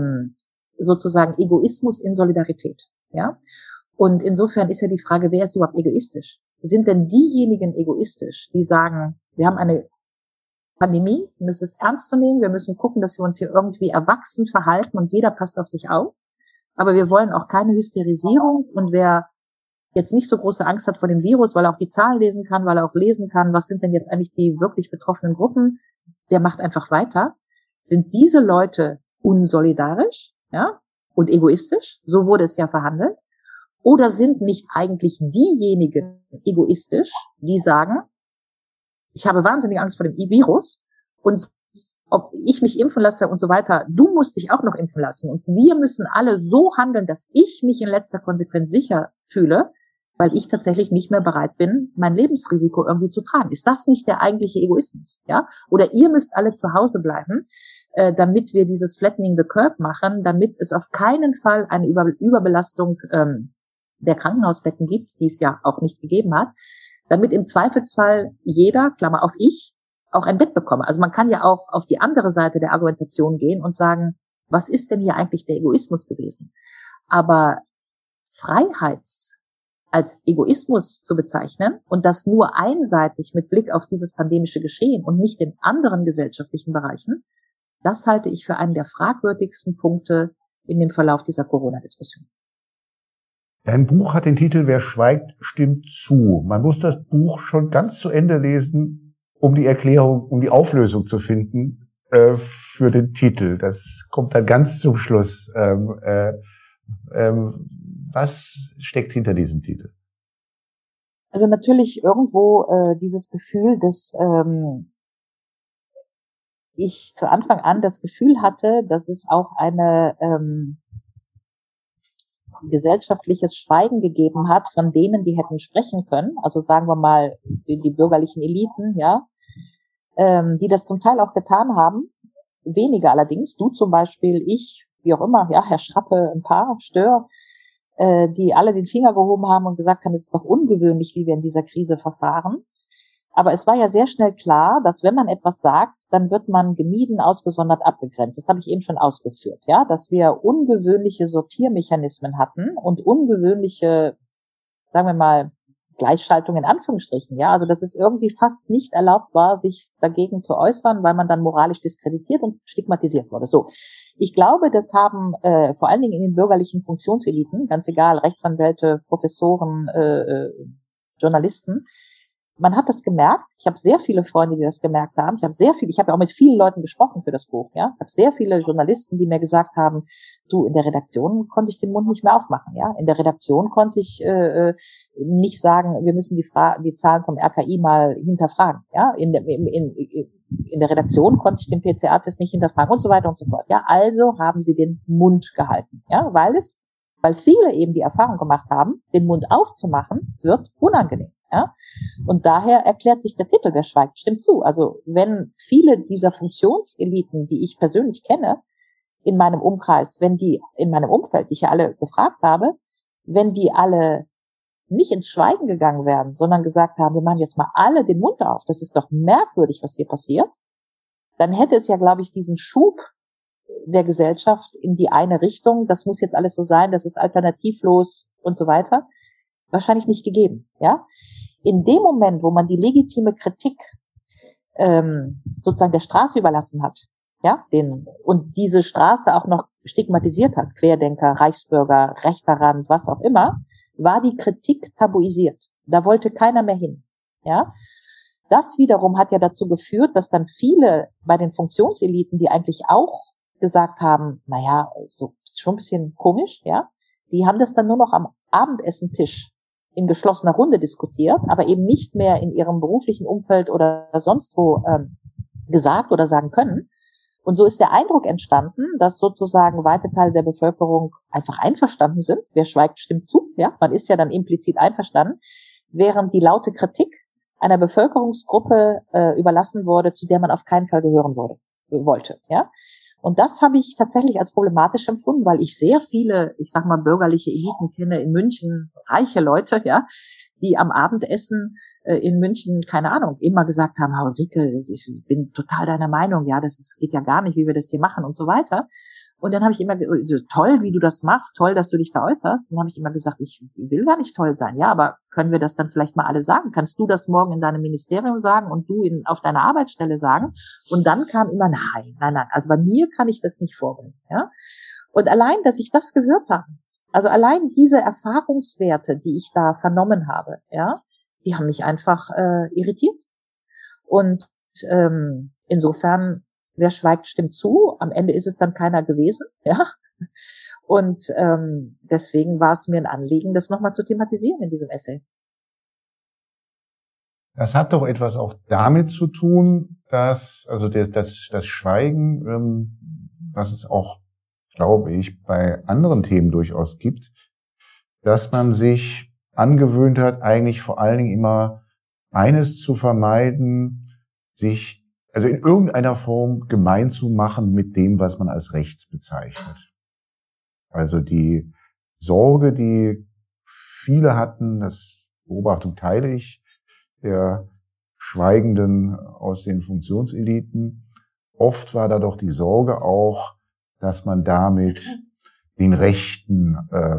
sozusagen Egoismus in Solidarität, ja. Und insofern ist ja die Frage, wer ist überhaupt egoistisch? Sind denn diejenigen egoistisch, die sagen, wir haben eine Pandemie, und es ist ernst zu nehmen, wir müssen gucken, dass wir uns hier irgendwie erwachsen verhalten und jeder passt auf sich auf. Aber wir wollen auch keine Hysterisierung, und wer jetzt nicht so große Angst hat vor dem Virus, weil er auch die Zahlen lesen kann, weil er auch lesen kann, was sind denn jetzt eigentlich die wirklich betroffenen Gruppen, der macht einfach weiter. Sind diese Leute unsolidarisch, ja, und egoistisch? So wurde es ja verhandelt. Oder sind nicht eigentlich diejenigen egoistisch, die sagen, ich habe wahnsinnig Angst vor dem Virus und ob ich mich impfen lasse und so weiter, du musst dich auch noch impfen lassen. Und wir müssen alle so handeln, dass ich mich in letzter Konsequenz sicher fühle, weil ich tatsächlich nicht mehr bereit bin, mein Lebensrisiko irgendwie zu tragen. Ist das nicht der eigentliche Egoismus? Ja? Oder ihr müsst alle zu Hause bleiben, damit wir dieses Flattening the Curve machen, damit es auf keinen Fall eine Überbelastung der Krankenhausbetten gibt, die es ja auch nicht gegeben hat, damit im Zweifelsfall jeder, Klammer auf ich, auch ein Bett bekomme. Also man kann ja auch auf die andere Seite der Argumentation gehen und sagen, was ist denn hier eigentlich der Egoismus gewesen? Aber Freiheit als Egoismus zu bezeichnen und das nur einseitig mit Blick auf dieses pandemische Geschehen und nicht in anderen gesellschaftlichen Bereichen, das halte ich für einen der fragwürdigsten Punkte in dem Verlauf dieser Corona-Diskussion. Dein Buch hat den Titel Wer schweigt, stimmt zu. Man muss das Buch schon ganz zu Ende lesen, um die Erklärung, um die Auflösung zu finden für den Titel. Das kommt dann ganz zum Schluss. Was steckt hinter diesem Titel? Also natürlich irgendwo dieses Gefühl, dass ich zu Anfang an das Gefühl hatte, dass es auch eine gesellschaftliches Schweigen gegeben hat von denen, die hätten sprechen können, also sagen wir mal die bürgerlichen Eliten, ja, die das zum Teil auch getan haben, wenige allerdings, du zum Beispiel, ich, wie auch immer, ja, Herr Schrappe, ein paar, Stör, die alle den Finger gehoben haben und gesagt haben, es ist doch ungewöhnlich, wie wir in dieser Krise verfahren. Aber es war ja sehr schnell klar, dass wenn man etwas sagt, dann wird man gemieden, ausgesondert, abgegrenzt. Das habe ich eben schon ausgeführt, ja, dass wir ungewöhnliche Sortiermechanismen hatten und ungewöhnliche, sagen wir mal, Gleichschaltung in Anführungsstrichen, ja, also dass es irgendwie fast nicht erlaubt war, sich dagegen zu äußern, weil man dann moralisch diskreditiert und stigmatisiert wurde. So, ich glaube, das haben vor allen Dingen in den bürgerlichen Funktionseliten, ganz egal, Rechtsanwälte, Professoren, Journalisten, man hat das gemerkt. Ich habe sehr viele Freunde, die das gemerkt haben. Ich habe ja auch mit vielen Leuten gesprochen für das Buch, ja. Ich habe sehr viele Journalisten, die mir gesagt haben, du, in der Redaktion konnte ich den Mund nicht mehr aufmachen, ja. In der Redaktion konnte ich nicht sagen, wir müssen die Zahlen vom RKI mal hinterfragen, ja. In der Redaktion konnte ich den PCR-Test nicht hinterfragen und so weiter und so fort, ja. Also haben sie den Mund gehalten, ja, weil viele eben die Erfahrung gemacht haben, den Mund aufzumachen, wird unangenehm. Ja? Und daher erklärt sich der Titel, wer schweigt, stimmt zu. Also wenn viele dieser Funktionseliten, die ich persönlich kenne, in meinem Umkreis, wenn die in meinem Umfeld, die ich ja alle gefragt habe, wenn die alle nicht ins Schweigen gegangen wären, sondern gesagt haben, wir machen jetzt mal alle den Mund auf, das ist doch merkwürdig, was hier passiert, dann hätte es ja, glaube ich, diesen Schub der Gesellschaft in die eine Richtung, das muss jetzt alles so sein, das ist alternativlos und so weiter, wahrscheinlich nicht gegeben, ja. In dem Moment, wo man die legitime Kritik sozusagen der Straße überlassen hat, ja, und diese Straße auch noch stigmatisiert hat, Querdenker, Reichsbürger, rechter Rand, was auch immer, war die Kritik tabuisiert. Da wollte keiner mehr hin, ja. Das wiederum hat ja dazu geführt, dass dann viele bei den Funktionseliten, die eigentlich auch gesagt haben, naja, so ist schon ein bisschen komisch, ja, die haben das dann nur noch am Abendessentisch in geschlossener Runde diskutiert, aber eben nicht mehr in ihrem beruflichen Umfeld oder sonst wo gesagt oder sagen können. Und so ist der Eindruck entstanden, dass sozusagen weite Teile der Bevölkerung einfach einverstanden sind. Wer schweigt, stimmt zu. Ja, man ist ja dann implizit einverstanden, während die laute Kritik einer Bevölkerungsgruppe überlassen wurde, zu der man auf keinen Fall gehören wollte. Ja. Und das habe ich tatsächlich als problematisch empfunden, weil ich sehr viele, ich sag mal, bürgerliche Eliten kenne in München, reiche Leute, ja, die am Abendessen in München, keine Ahnung, immer gesagt haben, Ulrike, ich bin total deiner Meinung, ja, geht ja gar nicht, wie wir das hier machen und so weiter. Und dann habe ich immer toll, wie du das machst, toll, dass du dich da äußerst. Und dann habe ich immer gesagt, ich will gar nicht toll sein. Ja, aber können wir das dann vielleicht mal alle sagen? Kannst du das morgen in deinem Ministerium sagen und du auf deiner Arbeitsstelle sagen? Und dann kam immer, nein. Also bei mir kann ich das nicht vorbringen. Ja. Und allein, dass ich das gehört habe, also allein diese Erfahrungswerte, die ich da vernommen habe, ja, die haben mich einfach irritiert. Und insofern, wer schweigt, stimmt zu. Am Ende ist es dann keiner gewesen, ja. Und deswegen war es mir ein Anliegen, das nochmal zu thematisieren in diesem Essay. Das hat doch etwas auch damit zu tun, dass das Schweigen, was es auch, glaube ich, bei anderen Themen durchaus gibt, dass man sich angewöhnt hat, eigentlich vor allen Dingen immer eines zu vermeiden, sich also in irgendeiner Form gemein zu machen mit dem, was man als rechts bezeichnet. Also die Sorge, die viele hatten, das Beobachtung teile ich, der Schweigenden aus den Funktionseliten. Oft war da doch die Sorge auch, dass man damit den Rechten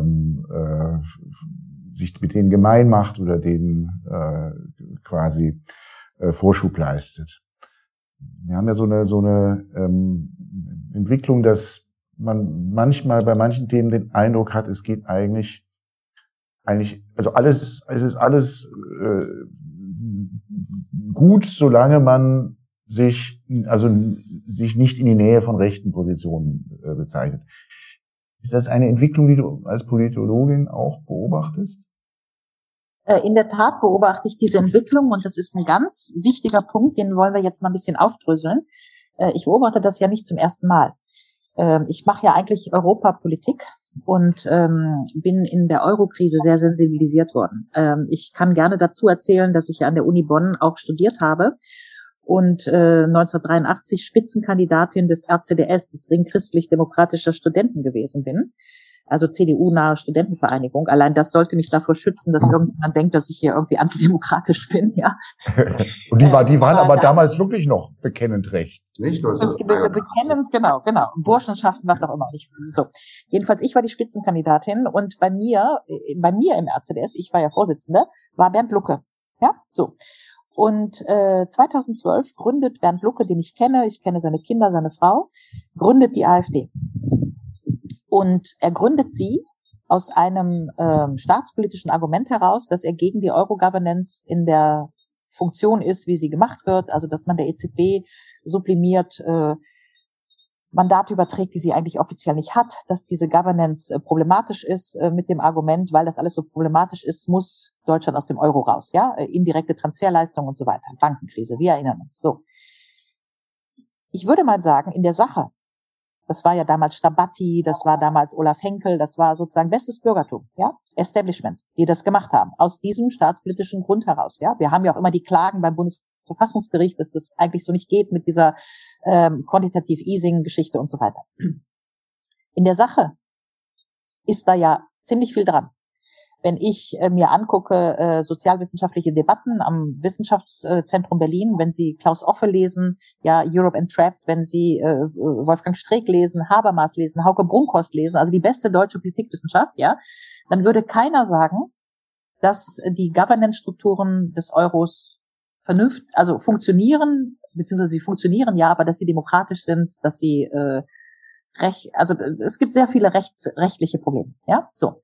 sich mit denen gemein macht oder denen quasi Vorschub leistet. Wir haben ja so eine Entwicklung, dass man manchmal bei manchen Themen den Eindruck hat, es geht eigentlich, also es ist alles gut, solange man sich nicht in die Nähe von rechten Positionen bezeichnet. Ist das eine Entwicklung, die du als Politologin auch beobachtest? In der Tat beobachte ich diese Entwicklung und das ist ein ganz wichtiger Punkt, den wollen wir jetzt mal ein bisschen aufdröseln. Ich beobachte das ja nicht zum ersten Mal. Ich mache ja eigentlich Europapolitik und bin in der Euro-Krise sehr sensibilisiert worden. Ich kann gerne dazu erzählen, dass ich ja an der Uni Bonn auch studiert habe und 1983 Spitzenkandidatin des RCDS, des Ring Christlich-Demokratischer Studenten gewesen bin. Also CDU-nahe Studentenvereinigung. Allein das sollte mich davor schützen, dass irgendjemand denkt, dass ich hier irgendwie antidemokratisch bin, ja. Und die waren aber damals wirklich noch bekennend rechts, nicht? Bekennend, genau. Burschenschaften, was auch immer. So. Jedenfalls, ich war die Spitzenkandidatin und bei mir im RCDS, ich war ja Vorsitzende, war Bernd Lucke. Ja, so. Und 2012 gründet Bernd Lucke, den ich kenne seine Kinder, seine Frau, gründet die AfD. Und er gründet sie aus einem staatspolitischen Argument heraus, dass er gegen die Euro-Governance in der Funktion ist, wie sie gemacht wird, also dass man der EZB sublimiert Mandate überträgt, die sie eigentlich offiziell nicht hat, dass diese Governance problematisch ist mit dem Argument, weil das alles so problematisch ist, muss Deutschland aus dem Euro raus, ja, indirekte Transferleistungen und so weiter, Bankenkrise, wir erinnern uns. So, ich würde mal sagen, in der Sache, das war ja damals Stabatti, das war damals Olaf Henkel, das war sozusagen bestes Bürgertum, ja, Establishment, die das gemacht haben, aus diesem staatspolitischen Grund heraus, ja. Wir haben ja auch immer die Klagen beim Bundesverfassungsgericht, dass das eigentlich so nicht geht mit dieser Quantitative Easing-Geschichte und so weiter. In der Sache ist da ja ziemlich viel dran. Wenn ich mir angucke, sozialwissenschaftliche Debatten am Wissenschaftszentrum Berlin, wenn Sie Klaus Offe lesen, ja, Europe Entrapped, wenn Sie Wolfgang Streeck lesen, Habermas lesen, Hauke Brunkhorst lesen, also die beste deutsche Politikwissenschaft, ja, dann würde keiner sagen, dass die Governance-Strukturen des Euros also funktionieren, beziehungsweise sie funktionieren ja, aber dass sie demokratisch sind, dass sie also es gibt sehr viele rechtliche Probleme, ja, so.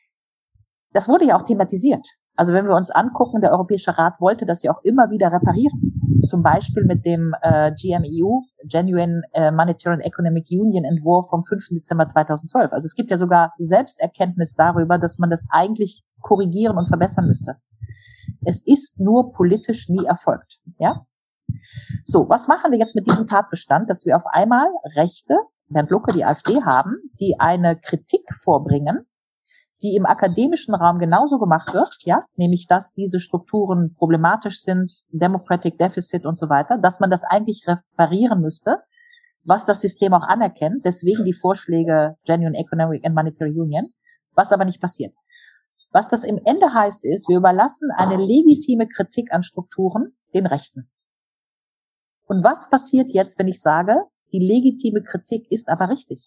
Das wurde ja auch thematisiert. Also wenn wir uns angucken, der Europäische Rat wollte das ja auch immer wieder reparieren. Zum Beispiel mit dem GMEU, Genuine Monetary and Economic Union Entwurf vom 5. Dezember 2012. Also es gibt ja sogar Selbsterkenntnis darüber, dass man das eigentlich korrigieren und verbessern müsste. Es ist nur politisch nie erfolgt. Ja? So, was machen wir jetzt mit diesem Tatbestand, dass wir auf einmal Rechte, Bernd Lucke, die AfD haben, die eine Kritik vorbringen, die im akademischen Raum genauso gemacht wird, ja, nämlich dass diese Strukturen problematisch sind, Democratic Deficit und so weiter, dass man das eigentlich reparieren müsste, was das System auch anerkennt, deswegen die Vorschläge Genuine Economic and Monetary Union, was aber nicht passiert. Was das im Ende heißt ist, wir überlassen eine legitime Kritik an Strukturen den Rechten. Und was passiert jetzt, wenn ich sage, die legitime Kritik ist aber richtig?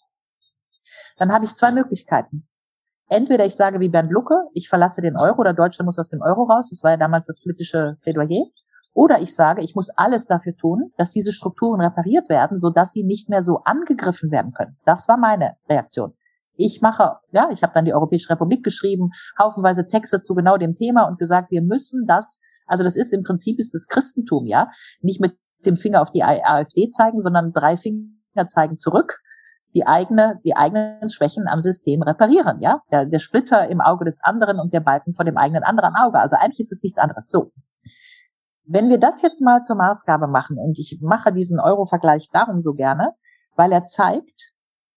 Dann habe ich zwei Möglichkeiten. Entweder ich sage wie Bernd Lucke, ich verlasse den Euro oder Deutschland muss aus dem Euro raus, das war ja damals das politische Plädoyer. Oder ich sage, ich muss alles dafür tun, dass diese Strukturen repariert werden, sodass sie nicht mehr so angegriffen werden können. Das war meine Reaktion. Ich habe dann die Europäische Republik geschrieben, haufenweise Texte zu genau dem Thema und gesagt, wir müssen das, also das ist im Prinzip ist das Christentum, ja, nicht mit dem Finger auf die AfD zeigen, sondern 3 Finger zeigen zurück. Die eigenen Schwächen am System reparieren, ja. Der Splitter im Auge des anderen und der Balken vor dem eigenen anderen Auge. Also eigentlich ist es nichts anderes. So. Wenn wir das jetzt mal zur Maßgabe machen, und ich mache diesen Euro-Vergleich darum so gerne, weil er zeigt,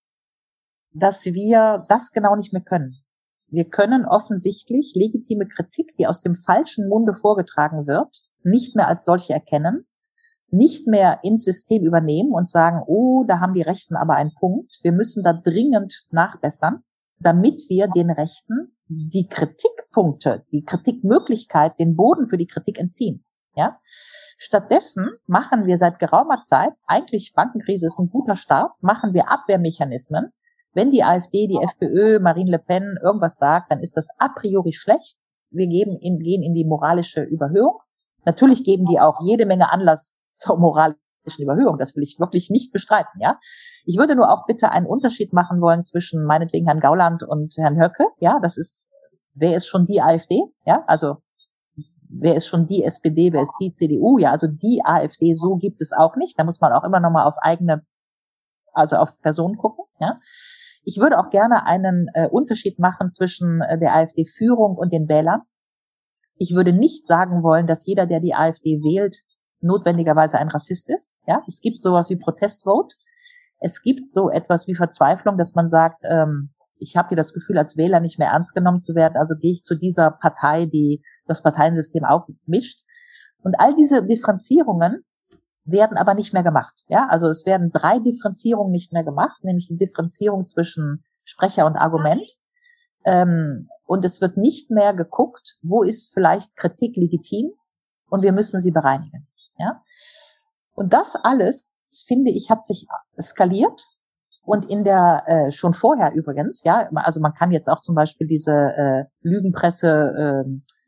dass wir das genau nicht mehr können. Wir können offensichtlich legitime Kritik, die aus dem falschen Munde vorgetragen wird, nicht mehr als solche erkennen, nicht mehr ins System übernehmen und sagen, oh, da haben die Rechten aber einen Punkt. Wir müssen da dringend nachbessern, damit wir den Rechten die Kritikpunkte, die Kritikmöglichkeit, den Boden für die Kritik entziehen. Ja? Stattdessen machen wir seit geraumer Zeit, eigentlich Bankenkrise ist ein guter Start, machen wir Abwehrmechanismen. Wenn die AfD, die FPÖ, Marine Le Pen irgendwas sagt, dann ist das a priori schlecht. Wir gehen in die moralische Überhöhung. Natürlich geben die auch jede Menge Anlass zur moralischen Überhöhung. Das will ich wirklich nicht bestreiten, ja. Ich würde nur auch bitte einen Unterschied machen wollen zwischen meinetwegen Herrn Gauland und Herrn Höcke. Ja, das ist, wer ist schon die AfD? Ja, also, wer ist schon die SPD? Wer ist die CDU? Ja, also die AfD, so gibt es auch nicht. Da muss man auch immer noch mal auf Personen gucken, ja. Ich würde auch gerne einen Unterschied machen zwischen der AfD-Führung und den Wählern. Ich würde nicht sagen wollen, dass jeder, der die AfD wählt, notwendigerweise ein Rassist ist. Ja, es gibt sowas wie Protestvote. Es gibt so etwas wie Verzweiflung, dass man sagt, ich habe hier das Gefühl, als Wähler nicht mehr ernst genommen zu werden, also gehe ich zu dieser Partei, die das Parteiensystem aufmischt. Und all diese Differenzierungen werden aber nicht mehr gemacht. Ja, also es werden 3 Differenzierungen nicht mehr gemacht, nämlich die Differenzierung zwischen Sprecher und Argument. Und es wird nicht mehr geguckt, wo ist vielleicht Kritik legitim und wir müssen sie bereinigen. Ja? Und das alles, finde ich, hat sich skaliert und in der schon vorher übrigens, ja, also man kann jetzt auch zum Beispiel diese Lügenpresse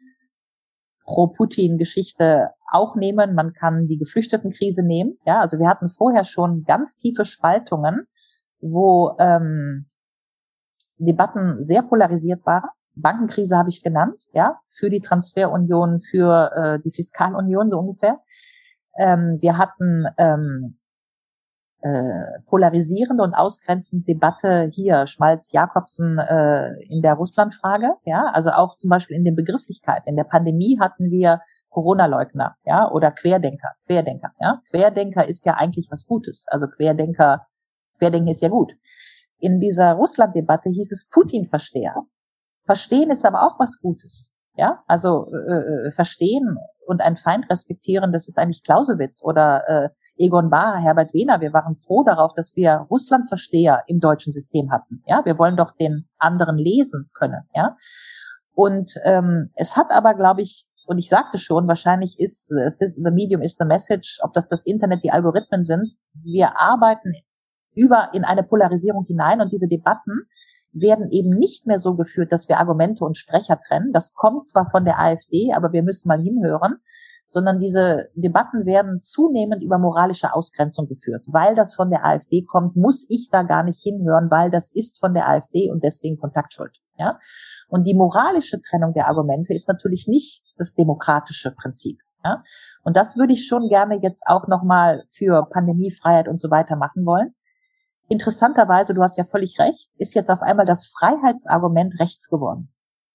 Pro-Putin-Geschichte auch nehmen, man kann die Geflüchtetenkrise nehmen, ja, also wir hatten vorher schon ganz tiefe Spaltungen, wo Debatten sehr polarisiert waren. Bankenkrise habe ich genannt, ja, für die Transferunion, für die Fiskalunion so ungefähr. Wir hatten polarisierende und ausgrenzende Debatte hier, Schmalz-Jakobsen in der Russlandfrage, ja, also auch zum Beispiel in den Begrifflichkeiten. In der Pandemie hatten wir Corona-Leugner, ja, oder Querdenker, ja. Querdenker ist ja eigentlich was Gutes, also Querdenken ist ja gut. In dieser Russland-Debatte hieß es Putin-Versteher. Verstehen ist aber auch was Gutes, ja, also verstehen und einen Feind respektieren, das ist eigentlich Clausewitz oder Egon Bahr, Herbert Wehner. Wir waren froh darauf, dass wir Russlandversteher im deutschen System hatten. Ja, wir wollen doch den anderen lesen können. Ja, und es hat aber, glaube ich, und ich sagte schon, wahrscheinlich ist the medium is the message, ob das Internet, die Algorithmen sind. Wir arbeiten in eine Polarisierung hinein und diese Debatten werden eben nicht mehr so geführt, dass wir Argumente und Sprecher trennen. Das kommt zwar von der AfD, aber wir müssen mal hinhören, sondern diese Debatten werden zunehmend über moralische Ausgrenzung geführt. Weil das von der AfD kommt, muss ich da gar nicht hinhören, weil das ist von der AfD und deswegen Kontaktschuld. Ja? Und die moralische Trennung der Argumente ist natürlich nicht das demokratische Prinzip. Ja? Und das würde ich schon gerne jetzt auch nochmal für Pandemiefreiheit und so weiter machen wollen. Interessanterweise, du hast ja völlig recht, ist jetzt auf einmal das Freiheitsargument rechts geworden.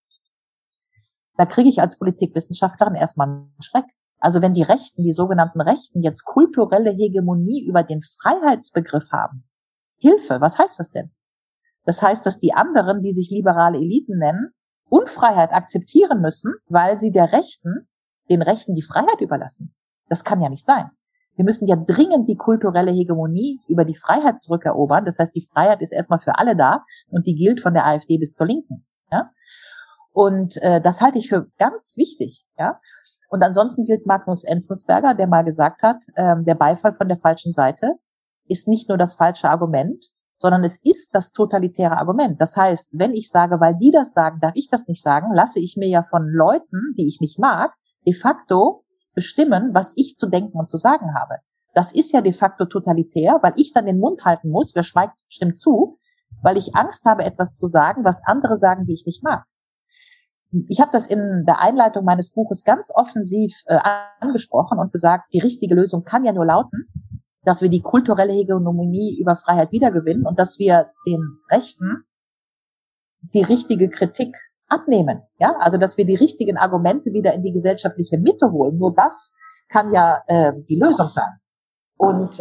Da kriege ich als Politikwissenschaftlerin erstmal einen Schreck. Also wenn die Rechten, die sogenannten Rechten, jetzt kulturelle Hegemonie über den Freiheitsbegriff haben, Hilfe, was heißt das denn? Das heißt, dass die anderen, die sich liberale Eliten nennen, Unfreiheit akzeptieren müssen, weil sie den Rechten die Freiheit überlassen. Das kann ja nicht sein. Wir müssen ja dringend die kulturelle Hegemonie über die Freiheit zurückerobern. Das heißt, die Freiheit ist erstmal für alle da und die gilt von der AfD bis zur Linken. Ja? Und das halte ich für ganz wichtig. Ja? Und ansonsten gilt Magnus Enzensberger, der mal gesagt hat, der Beifall von der falschen Seite ist nicht nur das falsche Argument, sondern es ist das totalitäre Argument. Das heißt, wenn ich sage, weil die das sagen, darf ich das nicht sagen, lasse ich mir ja von Leuten, die ich nicht mag, de facto bestimmen, was ich zu denken und zu sagen habe. Das ist ja de facto totalitär, weil ich dann den Mund halten muss, wer schweigt, stimmt zu, weil ich Angst habe, etwas zu sagen, was andere sagen, die ich nicht mag. Ich habe das in der Einleitung meines Buches ganz offensiv angesprochen und gesagt, die richtige Lösung kann ja nur lauten, dass wir die kulturelle Hegemonie über Freiheit wiedergewinnen und dass wir den Rechten die richtige Kritik abnehmen, ja, also dass wir die richtigen Argumente wieder in die gesellschaftliche Mitte holen. Nur das kann ja die Lösung sein. Und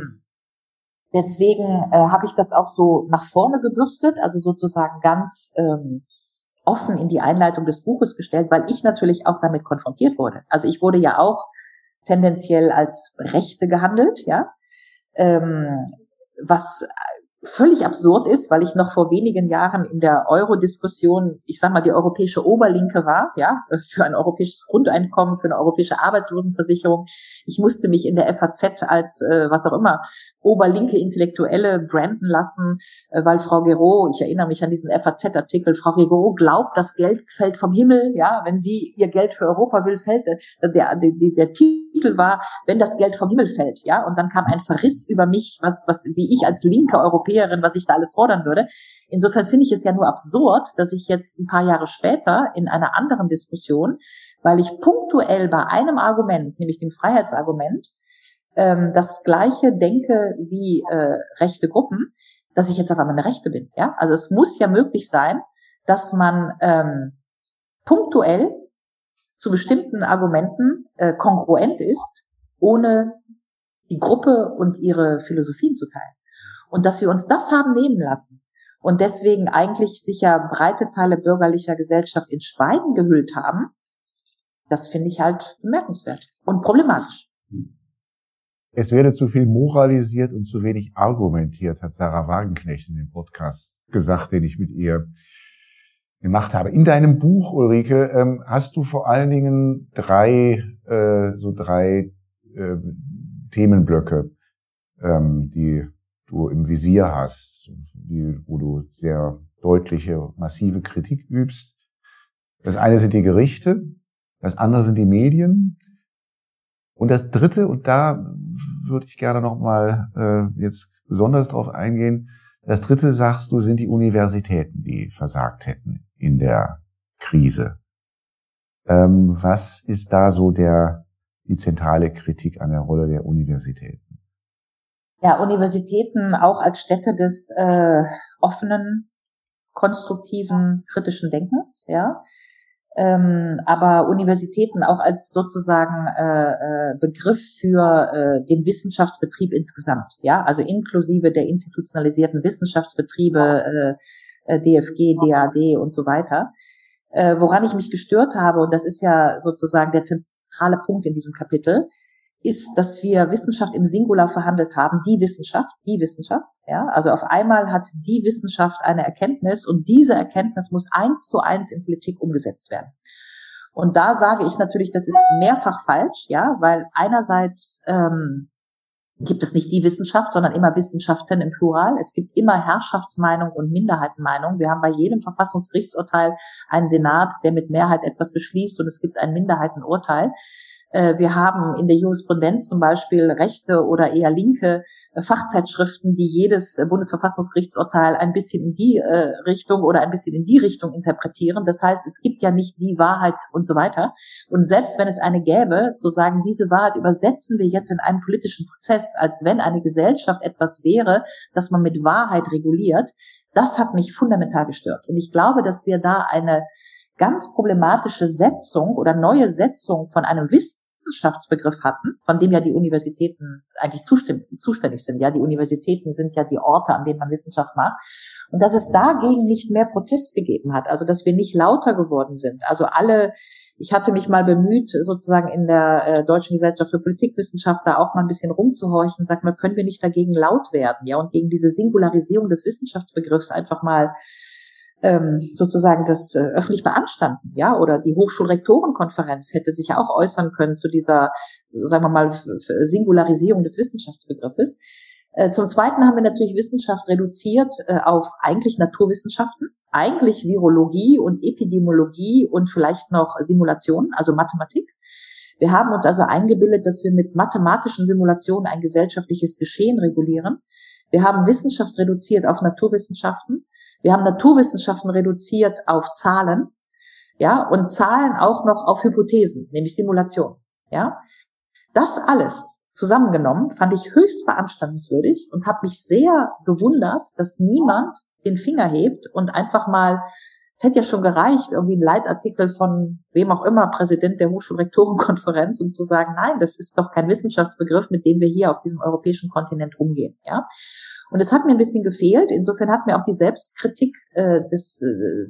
deswegen habe ich das auch so nach vorne gebürstet, also sozusagen ganz offen in die Einleitung des Buches gestellt, weil ich natürlich auch damit konfrontiert wurde. Also ich wurde ja auch tendenziell als Rechte gehandelt, ja, was völlig absurd ist, weil ich noch vor wenigen Jahren in der Euro-Diskussion, ich sag mal, die europäische Oberlinke war, ja, für ein europäisches Grundeinkommen, für eine europäische Arbeitslosenversicherung. Ich musste mich in der FAZ als, was auch immer, oberlinke Intellektuelle branden lassen, weil Frau Guéraud, ich erinnere mich an diesen FAZ-Artikel, Frau Guéraud glaubt, das Geld fällt vom Himmel, ja, wenn sie ihr Geld für Europa will, fällt, der Titel war, wenn das Geld vom Himmel fällt, ja, und dann kam ein Verriss über mich, wie ich als linke Europäerin, was ich da alles fordern würde. Insofern finde ich es ja nur absurd, dass ich jetzt ein paar Jahre später in einer anderen Diskussion, weil ich punktuell bei einem Argument, nämlich dem Freiheitsargument, das Gleiche denke wie rechte Gruppen, dass ich jetzt auf einmal eine Rechte bin. Ja? Also es muss ja möglich sein, dass man punktuell zu bestimmten Argumenten kongruent ist, ohne die Gruppe und ihre Philosophien zu teilen. Und dass wir uns das haben nehmen lassen und deswegen eigentlich sich ja breite Teile bürgerlicher Gesellschaft in Schweigen gehüllt haben, das finde ich halt bemerkenswert und problematisch. Es werde zu viel moralisiert und zu wenig argumentiert, hat Sarah Wagenknecht in dem Podcast gesagt, den ich mit ihr gemacht habe. In deinem Buch, Ulrike, hast du vor allen Dingen drei Themenblöcke, die du im Visier hast, wo du sehr deutliche, massive Kritik übst. Das eine sind die Gerichte, das andere sind die Medien. Und das dritte, und da würde ich gerne nochmal jetzt besonders drauf eingehen, das dritte, sagst du, sind die Universitäten, die versagt hätten in der Krise. Was ist da so die zentrale Kritik an der Rolle der Universitäten? Ja, Universitäten auch als Stätte des offenen, konstruktiven, kritischen Denkens, ja. Aber Universitäten auch als sozusagen Begriff für den Wissenschaftsbetrieb insgesamt, ja, also inklusive der institutionalisierten Wissenschaftsbetriebe, DFG, DAD und so weiter. Woran ich mich gestört habe, und das ist ja sozusagen der zentrale Punkt in diesem Kapitel, ist, dass wir Wissenschaft im Singular verhandelt haben, die Wissenschaft, ja. Also auf einmal hat die Wissenschaft eine Erkenntnis und diese Erkenntnis muss 1:1 in Politik umgesetzt werden. Und da sage ich natürlich, das ist mehrfach falsch, ja, weil einerseits gibt es nicht die Wissenschaft, sondern immer Wissenschaften im Plural. Es gibt immer Herrschaftsmeinung und Minderheitenmeinung. Wir haben bei jedem Verfassungsgerichtsurteil einen Senat, der mit Mehrheit etwas beschließt, und es gibt ein Minderheitenurteil. Wir haben in der Jurisprudenz zum Beispiel rechte oder eher linke Fachzeitschriften, die jedes Bundesverfassungsgerichtsurteil ein bisschen in die Richtung oder ein bisschen in die Richtung interpretieren. Das heißt, es gibt ja nicht die Wahrheit und so weiter. Und selbst wenn es eine gäbe, zu sagen, diese Wahrheit übersetzen wir jetzt in einen politischen Prozess, als wenn eine Gesellschaft etwas wäre, das man mit Wahrheit reguliert, das hat mich fundamental gestört. Und ich glaube, dass wir da eine ganz problematische Setzung oder neue Setzung von einem Wissenschaftsbegriff hatten, von dem ja die Universitäten eigentlich zuständig sind. Ja, die Universitäten sind ja die Orte, an denen man Wissenschaft macht. Und dass es dagegen nicht mehr Protest gegeben hat, also dass wir nicht lauter geworden sind. Also ich hatte mich mal bemüht, sozusagen in der Deutschen Gesellschaft für Politikwissenschaft da auch mal ein bisschen rumzuhorchen, sagt man, können wir nicht dagegen laut werden, ja, und gegen diese Singularisierung des Wissenschaftsbegriffs einfach mal sozusagen das öffentlich beanstanden, ja, oder die Hochschulrektorenkonferenz hätte sich ja auch äußern können zu dieser, sagen wir mal, Singularisierung des Wissenschaftsbegriffes. Zum Zweiten haben wir natürlich Wissenschaft reduziert auf eigentlich Naturwissenschaften, eigentlich Virologie und Epidemiologie und vielleicht noch Simulationen, also Mathematik. Wir haben uns also eingebildet, dass wir mit mathematischen Simulationen ein gesellschaftliches Geschehen regulieren. Wir haben Wissenschaft reduziert auf Naturwissenschaften. Wir haben Naturwissenschaften reduziert auf Zahlen, ja, und Zahlen auch noch auf Hypothesen, nämlich Simulation, ja. Das alles zusammengenommen fand ich höchst beanstandenswürdig und habe mich sehr gewundert, dass niemand den Finger hebt und einfach mal, es hätte ja schon gereicht, irgendwie ein Leitartikel von wem auch immer, Präsident der Hochschulrektorenkonferenz, um zu sagen, nein, das ist doch kein Wissenschaftsbegriff, mit dem wir hier auf diesem europäischen Kontinent umgehen, ja. Und es hat mir ein bisschen gefehlt. Insofern hat mir auch die Selbstkritik des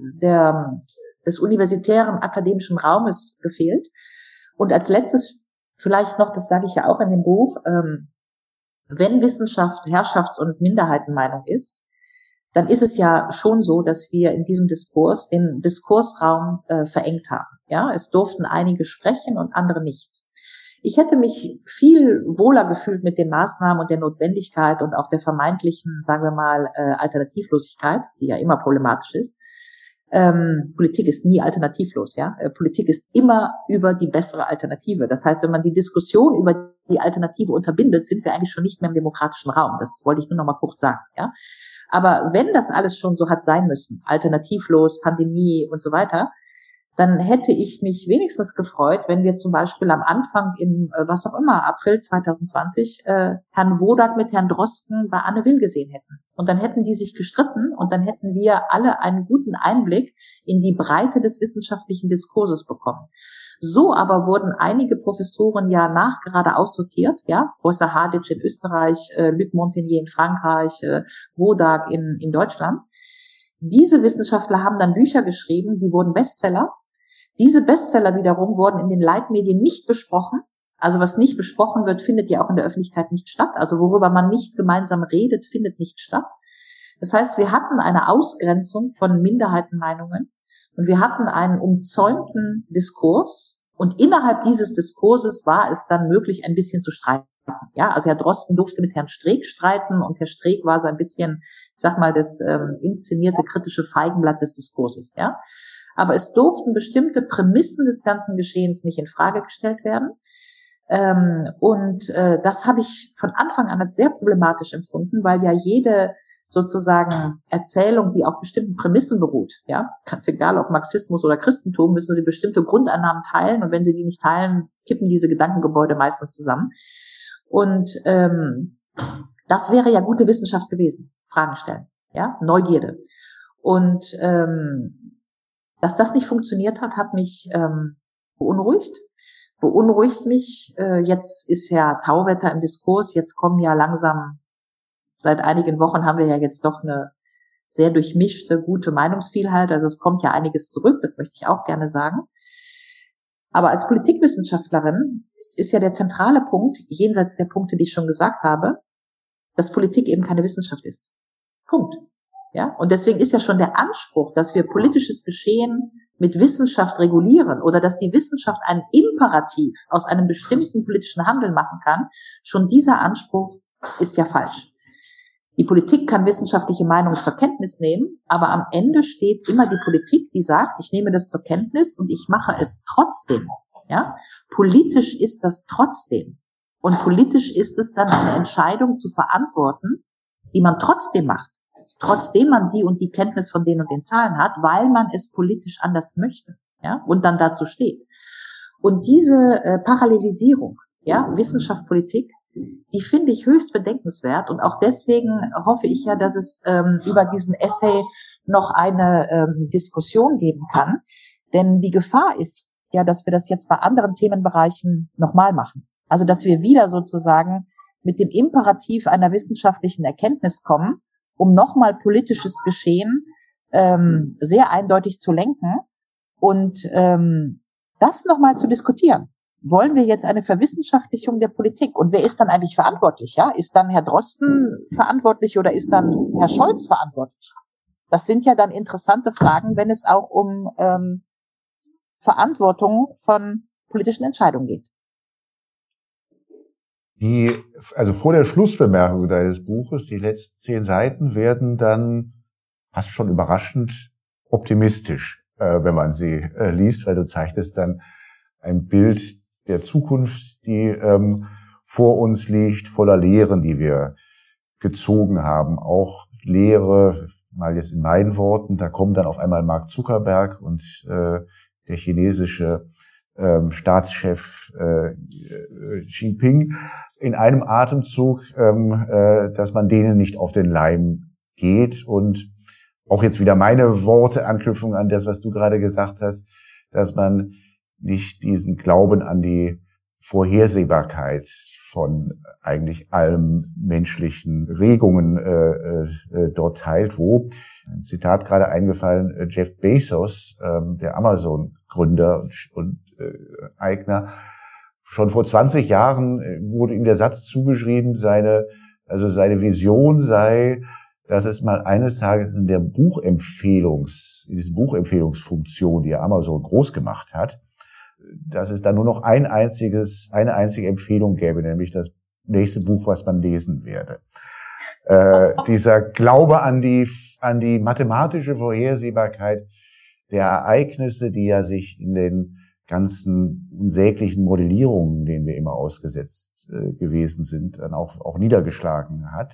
universitären akademischen Raumes gefehlt. Und als letztes vielleicht noch, das sage ich ja auch in dem Buch, wenn Wissenschaft Herrschafts- und Minderheitenmeinung ist, dann ist es ja schon so, dass wir in diesem Diskurs den Diskursraum verengt haben. Ja, es durften einige sprechen und andere nicht. Ich hätte mich viel wohler gefühlt mit den Maßnahmen und der Notwendigkeit und auch der vermeintlichen, sagen wir mal, Alternativlosigkeit, die ja immer problematisch ist. Politik ist nie alternativlos, ja. Politik ist immer über die bessere Alternative. Das heißt, wenn man die Diskussion über die Alternative unterbindet, sind wir eigentlich schon nicht mehr im demokratischen Raum. Das wollte ich nur noch mal kurz sagen, ja. Aber wenn das alles schon so hat sein müssen, alternativlos, Pandemie und so weiter, dann hätte ich mich wenigstens gefreut, wenn wir zum Beispiel am Anfang im, was auch immer, April 2020, Herrn Wodak mit Herrn Drosten bei Anne Will gesehen hätten. Und dann hätten die sich gestritten und dann hätten wir alle einen guten Einblick in die Breite des wissenschaftlichen Diskurses bekommen. So aber wurden einige Professoren ja nachgerade aussortiert, ja, Professor Hadic in Österreich, Luc Montagnier in Frankreich, Wodak in Deutschland. Diese Wissenschaftler haben dann Bücher geschrieben, die wurden Bestseller. Diese Bestseller wiederum wurden in den Leitmedien nicht besprochen. Also was nicht besprochen wird, findet ja auch in der Öffentlichkeit nicht statt. Also worüber man nicht gemeinsam redet, findet nicht statt. Das heißt, wir hatten eine Ausgrenzung von Minderheitenmeinungen und wir hatten einen umzäunten Diskurs. Und innerhalb dieses Diskurses war es dann möglich, ein bisschen zu streiten. Ja, also Herr Drosten durfte mit Herrn Streeck streiten und Herr Streeck war so ein bisschen, ich sag mal, das inszenierte kritische Feigenblatt des Diskurses, ja. Aber es durften bestimmte Prämissen des ganzen Geschehens nicht in Frage gestellt werden. Das habe ich von Anfang an als sehr problematisch empfunden, weil ja jede sozusagen Erzählung, die auf bestimmten Prämissen beruht, ja, ganz egal, ob Marxismus oder Christentum, müssen sie bestimmte Grundannahmen teilen und wenn sie die nicht teilen, kippen diese Gedankengebäude meistens zusammen. Und das wäre ja gute Wissenschaft gewesen, Fragen stellen, ja, Neugierde. Und dass das nicht funktioniert hat, hat mich beunruhigt mich. Jetzt ist ja Tauwetter im Diskurs, jetzt kommen ja langsam, seit einigen Wochen haben wir ja jetzt doch eine sehr durchmischte, gute Meinungsvielfalt, also es kommt ja einiges zurück, das möchte ich auch gerne sagen. Aber als Politikwissenschaftlerin ist ja der zentrale Punkt, jenseits der Punkte, die ich schon gesagt habe, dass Politik eben keine Wissenschaft ist. Punkt. Ja? Und deswegen ist ja schon der Anspruch, dass wir politisches Geschehen mit Wissenschaft regulieren oder dass die Wissenschaft einen Imperativ aus einem bestimmten politischen Handeln machen kann, schon dieser Anspruch ist ja falsch. Die Politik kann wissenschaftliche Meinungen zur Kenntnis nehmen, aber am Ende steht immer die Politik, die sagt, ich nehme das zur Kenntnis und ich mache es trotzdem. Ja? Politisch ist das trotzdem. Und politisch ist es dann eine Entscheidung zu verantworten, die man trotzdem macht. Trotzdem man die und die Kenntnis von den und den Zahlen hat, weil man es politisch anders möchte, ja, und dann dazu steht. Und diese Parallelisierung, ja, Wissenschaft, Politik, die finde ich höchst bedenkenswert und auch deswegen hoffe ich ja, dass es über diesen Essay noch eine Diskussion geben kann, denn die Gefahr ist ja, dass wir das jetzt bei anderen Themenbereichen nochmal machen. Also, dass wir wieder sozusagen mit dem Imperativ einer wissenschaftlichen Erkenntnis kommen, um nochmal politisches Geschehen sehr eindeutig zu lenken und das nochmal zu diskutieren. Wollen wir jetzt eine Verwissenschaftlichung der Politik? Und wer ist dann eigentlich verantwortlich? Ja, ist dann Herr Drosten verantwortlich oder ist dann Herr Scholz verantwortlich? Das sind ja dann interessante Fragen, wenn es auch um Verantwortung von politischen Entscheidungen geht. Also vor der Schlussbemerkung deines Buches, die letzten 10 Seiten werden dann fast schon überraschend optimistisch, wenn man sie liest, weil du zeichnest dann ein Bild der Zukunft, die vor uns liegt, voller Lehren, die wir gezogen haben. Auch Lehre, mal jetzt in meinen Worten, da kommen dann auf einmal Mark Zuckerberg und der chinesische Staatschef Xi Jinping in einem Atemzug, dass man denen nicht auf den Leim geht. Und auch jetzt wieder meine Worte, Anknüpfung an das, was du gerade gesagt hast, dass man nicht diesen Glauben an die Vorhersehbarkeit von eigentlich allen menschlichen Regungen dort teilt, wo, ein Zitat gerade eingefallen, Jeff Bezos, der Amazon-Gründer und Eigner, schon vor 20 Jahren wurde ihm der Satz zugeschrieben, seine Vision sei, dass es mal eines Tages in dieser Buchempfehlungsfunktion, die Amazon groß gemacht hat, dass es dann nur noch eine einzige Empfehlung gäbe, nämlich das nächste Buch, was man lesen werde. Dieser Glaube an die mathematische Vorhersehbarkeit der Ereignisse, die ja sich in den ganzen unsäglichen Modellierungen, denen wir immer ausgesetzt gewesen sind, dann auch niedergeschlagen hat,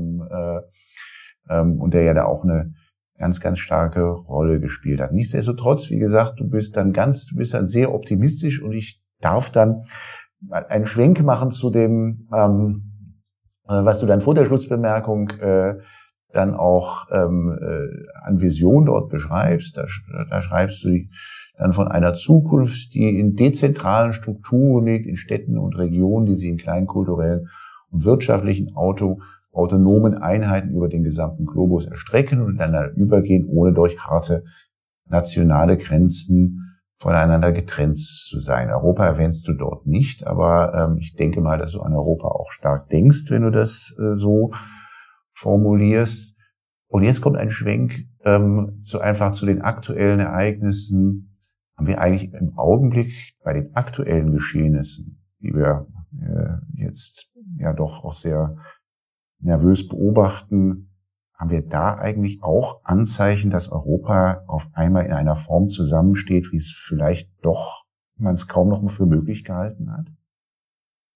und der ja da auch eine ganz, ganz starke Rolle gespielt hat. Nichtsdestotrotz, wie gesagt, du bist dann sehr optimistisch und ich darf dann einen Schwenk machen zu dem, was du dann vor der Schlussbemerkung dann auch an Vision dort beschreibst. Da schreibst du dann von einer Zukunft, die in dezentralen Strukturen liegt, in Städten und Regionen, die sich in kleinen kulturellen und wirtschaftlichen autonomen Einheiten über den gesamten Globus erstrecken und ineinander übergehen, ohne durch harte nationale Grenzen voneinander getrennt zu sein. Europa erwähnst du dort nicht, aber ich denke mal, dass du an Europa auch stark denkst, wenn du das so formulierst. Und jetzt kommt ein Schwenk zu den aktuellen Ereignissen. Haben wir eigentlich im Augenblick bei den aktuellen Geschehnissen, die wir jetzt ja doch auch sehr nervös beobachten, haben wir da eigentlich auch Anzeichen, dass Europa auf einmal in einer Form zusammensteht, wie es vielleicht doch man es kaum noch für möglich gehalten hat?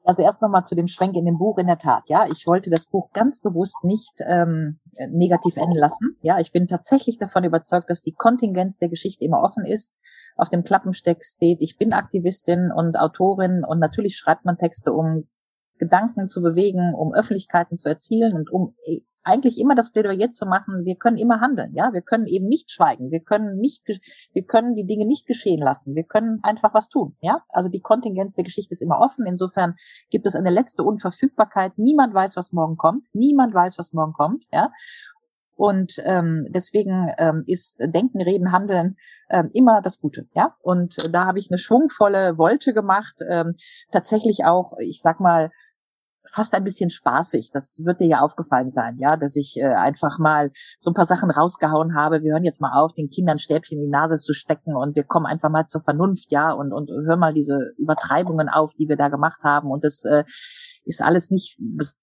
Also erst nochmal zu dem Schwenk in dem Buch, in der Tat, ja. Ich wollte das Buch ganz bewusst nicht negativ enden lassen. Ja, ich bin tatsächlich davon überzeugt, dass die Kontingenz der Geschichte immer offen ist. Auf dem Klappentext steht, ich bin Aktivistin und Autorin und natürlich schreibt man Texte, um Gedanken zu bewegen, um Öffentlichkeiten zu erzielen und um eigentlich immer das Plädoyer zu machen, wir können immer handeln, ja, wir können eben nicht schweigen, wir können die Dinge nicht geschehen lassen, wir können einfach was tun, ja, also die Kontingenz der Geschichte ist immer offen, insofern gibt es eine letzte Unverfügbarkeit, niemand weiß, was morgen kommt, ja, und deswegen ist Denken, Reden, Handeln immer das Gute, ja, und da habe ich eine schwungvolle Wolte gemacht, tatsächlich auch, ich sag mal, fast ein bisschen spaßig. Das wird dir ja aufgefallen sein, ja, dass ich einfach mal so ein paar Sachen rausgehauen habe. Wir hören jetzt mal auf, den Kindern Stäbchen in die Nase zu stecken und wir kommen einfach mal zur Vernunft, ja, und hören mal diese Übertreibungen auf, die wir da gemacht haben. Und das ist alles nicht,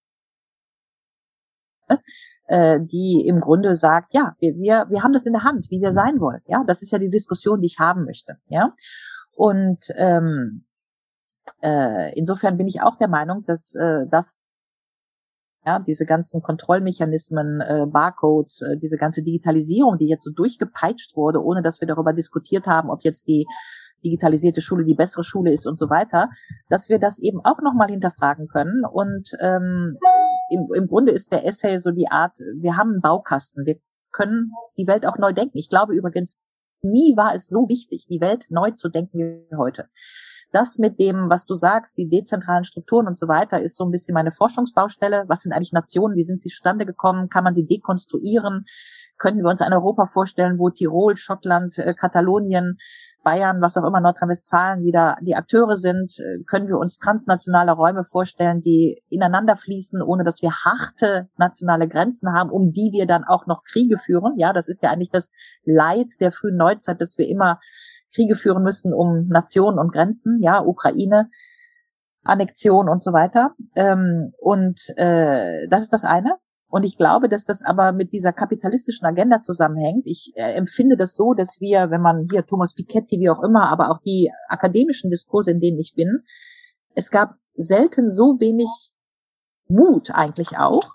die im Grunde sagt, ja, wir haben das in der Hand, wie wir sein wollen. Ja, das ist ja die Diskussion, die ich haben möchte. Ja, und insofern bin ich auch der Meinung, dass diese ganzen Kontrollmechanismen, Barcodes, diese ganze Digitalisierung, die jetzt so durchgepeitscht wurde, ohne dass wir darüber diskutiert haben, ob jetzt die digitalisierte Schule die bessere Schule ist und so weiter, dass wir das eben auch nochmal hinterfragen können. Und im Grunde ist der Essay so die Art, wir haben einen Baukasten, wir können die Welt auch neu denken. Ich glaube übrigens, nie war es so wichtig, die Welt neu zu denken wie heute. Das mit dem, was du sagst, die dezentralen Strukturen und so weiter, ist so ein bisschen meine Forschungsbaustelle. Was sind eigentlich Nationen? Wie sind sie zustande gekommen? Kann man sie dekonstruieren? Können wir uns ein Europa vorstellen, wo Tirol, Schottland, Katalonien, Bayern, was auch immer, Nordrhein-Westfalen wieder die Akteure sind? Können wir uns transnationale Räume vorstellen, die ineinander fließen, ohne dass wir harte nationale Grenzen haben, um die wir dann auch noch Kriege führen? Ja, das ist ja eigentlich das Leid der frühen Neuzeit, dass wir immer Kriege führen müssen um Nationen und Grenzen, ja, Ukraine, Annexion und so weiter. Das ist das eine. Und ich glaube, dass das aber mit dieser kapitalistischen Agenda zusammenhängt. Ich empfinde das so, dass wir, wenn man hier Thomas Piketty, wie auch immer, aber auch die akademischen Diskurse, in denen ich bin, es gab selten so wenig Mut eigentlich auch,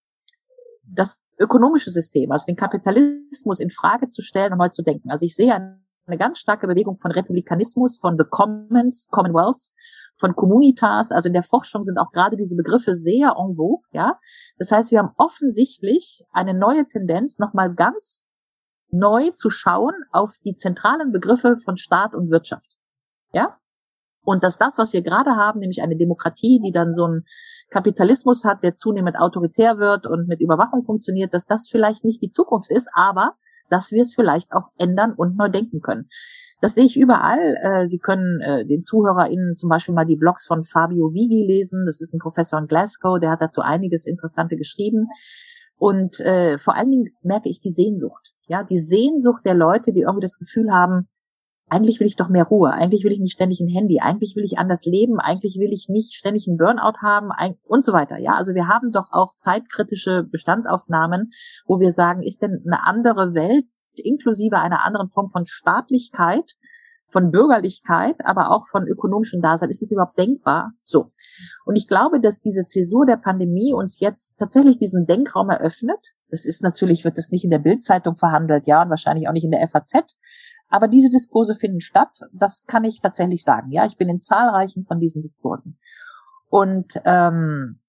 das ökonomische System, also den Kapitalismus in Frage zu stellen und neu zu denken. Also ich sehe eine ganz starke Bewegung von Republikanismus, von the Commons, Commonwealths, von Communitas. Also in der Forschung sind auch gerade diese Begriffe sehr en vogue, ja. Das heißt, wir haben offensichtlich eine neue Tendenz, nochmal ganz neu zu schauen auf die zentralen Begriffe von Staat und Wirtschaft, ja. Und dass das, was wir gerade haben, nämlich eine Demokratie, die dann so einen Kapitalismus hat, der zunehmend autoritär wird und mit Überwachung funktioniert, dass das vielleicht nicht die Zukunft ist, aber dass wir es vielleicht auch ändern und neu denken können. Das sehe ich überall. Sie können den ZuhörerInnen zum Beispiel mal die Blogs von Fabio Vighi lesen. Das ist ein Professor in Glasgow, der hat dazu einiges Interessante geschrieben. Und vor allen Dingen merke ich die Sehnsucht. Ja, die Sehnsucht der Leute, die irgendwie das Gefühl haben, eigentlich will ich doch mehr Ruhe, eigentlich will ich nicht ständig ein Handy, eigentlich will ich anders leben, eigentlich will ich nicht ständig einen Burnout haben und so weiter. Ja, also wir haben doch auch zeitkritische Bestandaufnahmen, wo wir sagen, ist denn eine andere Welt inklusive einer anderen Form von Staatlichkeit, von Bürgerlichkeit, aber auch von ökonomischem Dasein, ist es überhaupt denkbar? So. Und ich glaube, dass diese Zäsur der Pandemie uns jetzt tatsächlich diesen Denkraum eröffnet. Das ist natürlich, wird das nicht in der Bild-Zeitung verhandelt, ja, und wahrscheinlich auch nicht in der FAZ. Aber diese Diskurse finden statt, das kann ich tatsächlich sagen. Ja, ich bin in zahlreichen von diesen Diskursen. Und wenn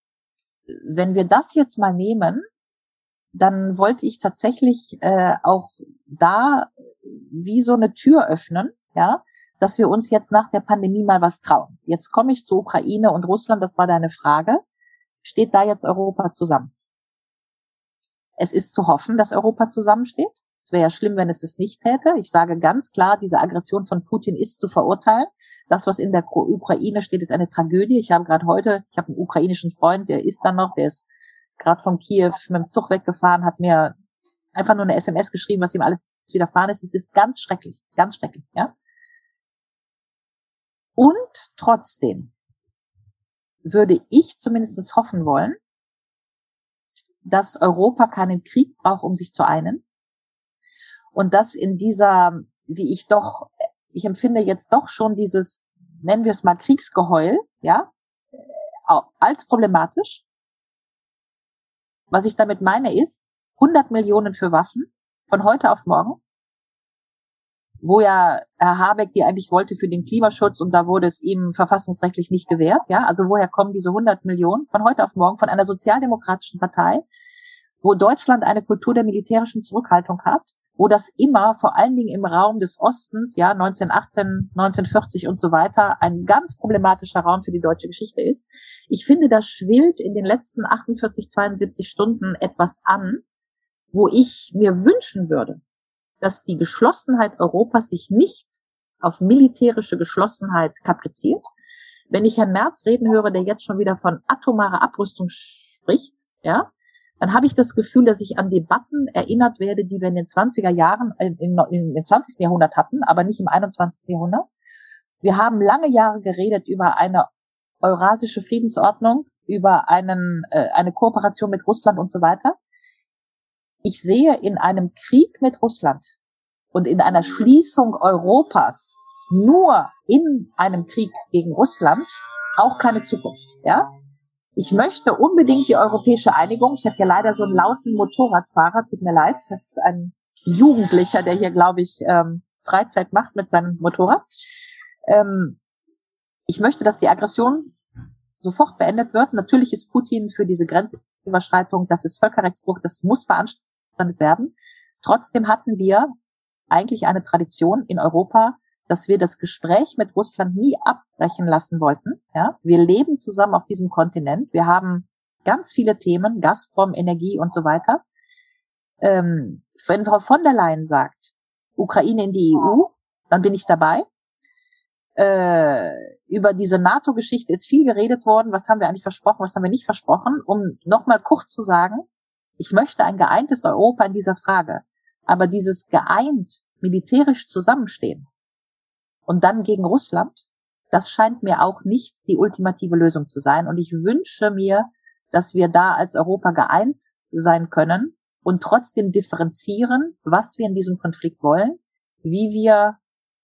wir das jetzt mal nehmen, dann wollte ich tatsächlich auch da wie so eine Tür öffnen, ja, dass wir uns jetzt nach der Pandemie mal was trauen. Jetzt komme ich zu Ukraine und Russland, das war deine Frage. Steht da jetzt Europa zusammen? Es ist zu hoffen, dass Europa zusammensteht. Es wäre ja schlimm, wenn es das nicht täte. Ich sage ganz klar, diese Aggression von Putin ist zu verurteilen. Das, was in der Ukraine steht, ist eine Tragödie. Ich habe einen ukrainischen Freund, der ist gerade von Kiew mit dem Zug weggefahren, hat mir einfach nur eine SMS geschrieben, was ihm alles widerfahren ist. Es ist ganz schrecklich, ja. Und trotzdem würde ich zumindest hoffen wollen, dass Europa keinen Krieg braucht, um sich zu einen. Und dass in dieser, ich empfinde jetzt doch schon dieses, nennen wir es mal Kriegsgeheul, ja, als problematisch. Was ich damit meine ist, 100 Millionen für Waffen von heute auf morgen, wo ja Herr Habeck die eigentlich wollte für den Klimaschutz und da wurde es ihm verfassungsrechtlich nicht gewährt. Ja, also woher kommen diese 100 Millionen von heute auf morgen von einer sozialdemokratischen Partei, wo Deutschland eine Kultur der militärischen Zurückhaltung hat, wo das immer, vor allen Dingen im Raum des Ostens, ja, 1918, 1940 und so weiter, ein ganz problematischer Raum für die deutsche Geschichte ist. Ich finde, da schwillt in den letzten 48, 72 Stunden etwas an, wo ich mir wünschen würde, dass die Geschlossenheit Europas sich nicht auf militärische Geschlossenheit kapriziert. Wenn ich Herrn Merz reden höre, der jetzt schon wieder von atomarer Abrüstung spricht, ja, dann habe ich das Gefühl, dass ich an Debatten erinnert werde, die wir in den 20er Jahren, im 20. Jahrhundert hatten, aber nicht im 21. Jahrhundert. Wir haben lange Jahre geredet über eine eurasische Friedensordnung, über eine Kooperation mit Russland und so weiter. Ich sehe in einem Krieg mit Russland und in einer Schließung Europas nur in einem Krieg gegen Russland auch keine Zukunft, ja? Ich möchte unbedingt die europäische Einigung. Ich habe ja leider so einen lauten Motorradfahrer, tut mir leid. Das ist ein Jugendlicher, der hier, glaube ich, Freizeit macht mit seinem Motorrad. Ich möchte, dass die Aggression sofort beendet wird. Natürlich ist Putin für diese Grenzüberschreitung, das ist Völkerrechtsbruch, das muss beanstandet werden. Trotzdem hatten wir eigentlich eine Tradition in Europa, dass wir das Gespräch mit Russland nie abbrechen lassen wollten. Ja, wir leben zusammen auf diesem Kontinent. Wir haben ganz viele Themen, Gazprom, Energie und so weiter. Wenn Frau von der Leyen sagt, Ukraine in die EU, dann bin ich dabei. Über diese NATO-Geschichte ist viel geredet worden. Was haben wir eigentlich versprochen, was haben wir nicht versprochen? Um nochmal kurz zu sagen, ich möchte ein geeintes Europa in dieser Frage. Aber dieses geeint militärisch zusammenstehen und dann gegen Russland, das scheint mir auch nicht die ultimative Lösung zu sein. Und ich wünsche mir, dass wir da als Europa geeint sein können und trotzdem differenzieren, was wir in diesem Konflikt wollen, wie wir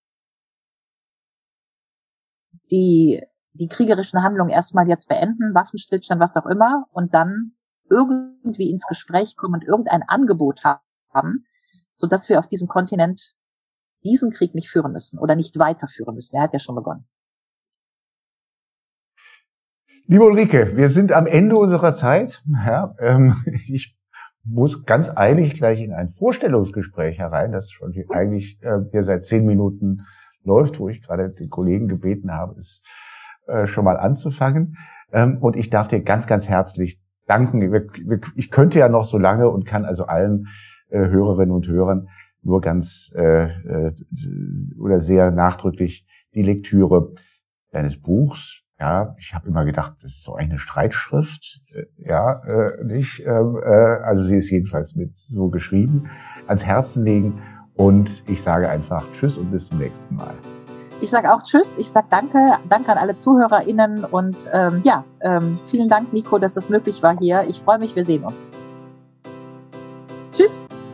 die kriegerischen Handlungen erstmal jetzt beenden, Waffenstillstand, was auch immer, und dann irgendwie ins Gespräch kommen und irgendein Angebot haben, so dass wir auf diesem Kontinent diesen Krieg nicht führen müssen oder nicht weiterführen müssen. Er hat ja schon begonnen. Liebe Ulrike, wir sind am Ende unserer Zeit. Ja, ich muss ganz eilig gleich in ein Vorstellungsgespräch herein, das schon eigentlich hier seit 10 Minuten läuft, wo ich gerade den Kollegen gebeten habe, es schon mal anzufangen. Und ich darf dir ganz, ganz herzlich danken. Ich könnte ja noch so lange und kann also allen Hörerinnen und Hörern nur ganz oder sehr nachdrücklich die Lektüre deines Buchs. Ja, ich habe immer gedacht, das ist so eine Streitschrift. Nicht. Also sie ist jedenfalls mit so geschrieben, ans Herzen legen. Und ich sage einfach Tschüss und bis zum nächsten Mal. Ich sage auch Tschüss, ich sage Danke an alle ZuhörerInnen und vielen Dank, Nico, dass das möglich war hier. Ich freue mich, wir sehen uns. Tschüss.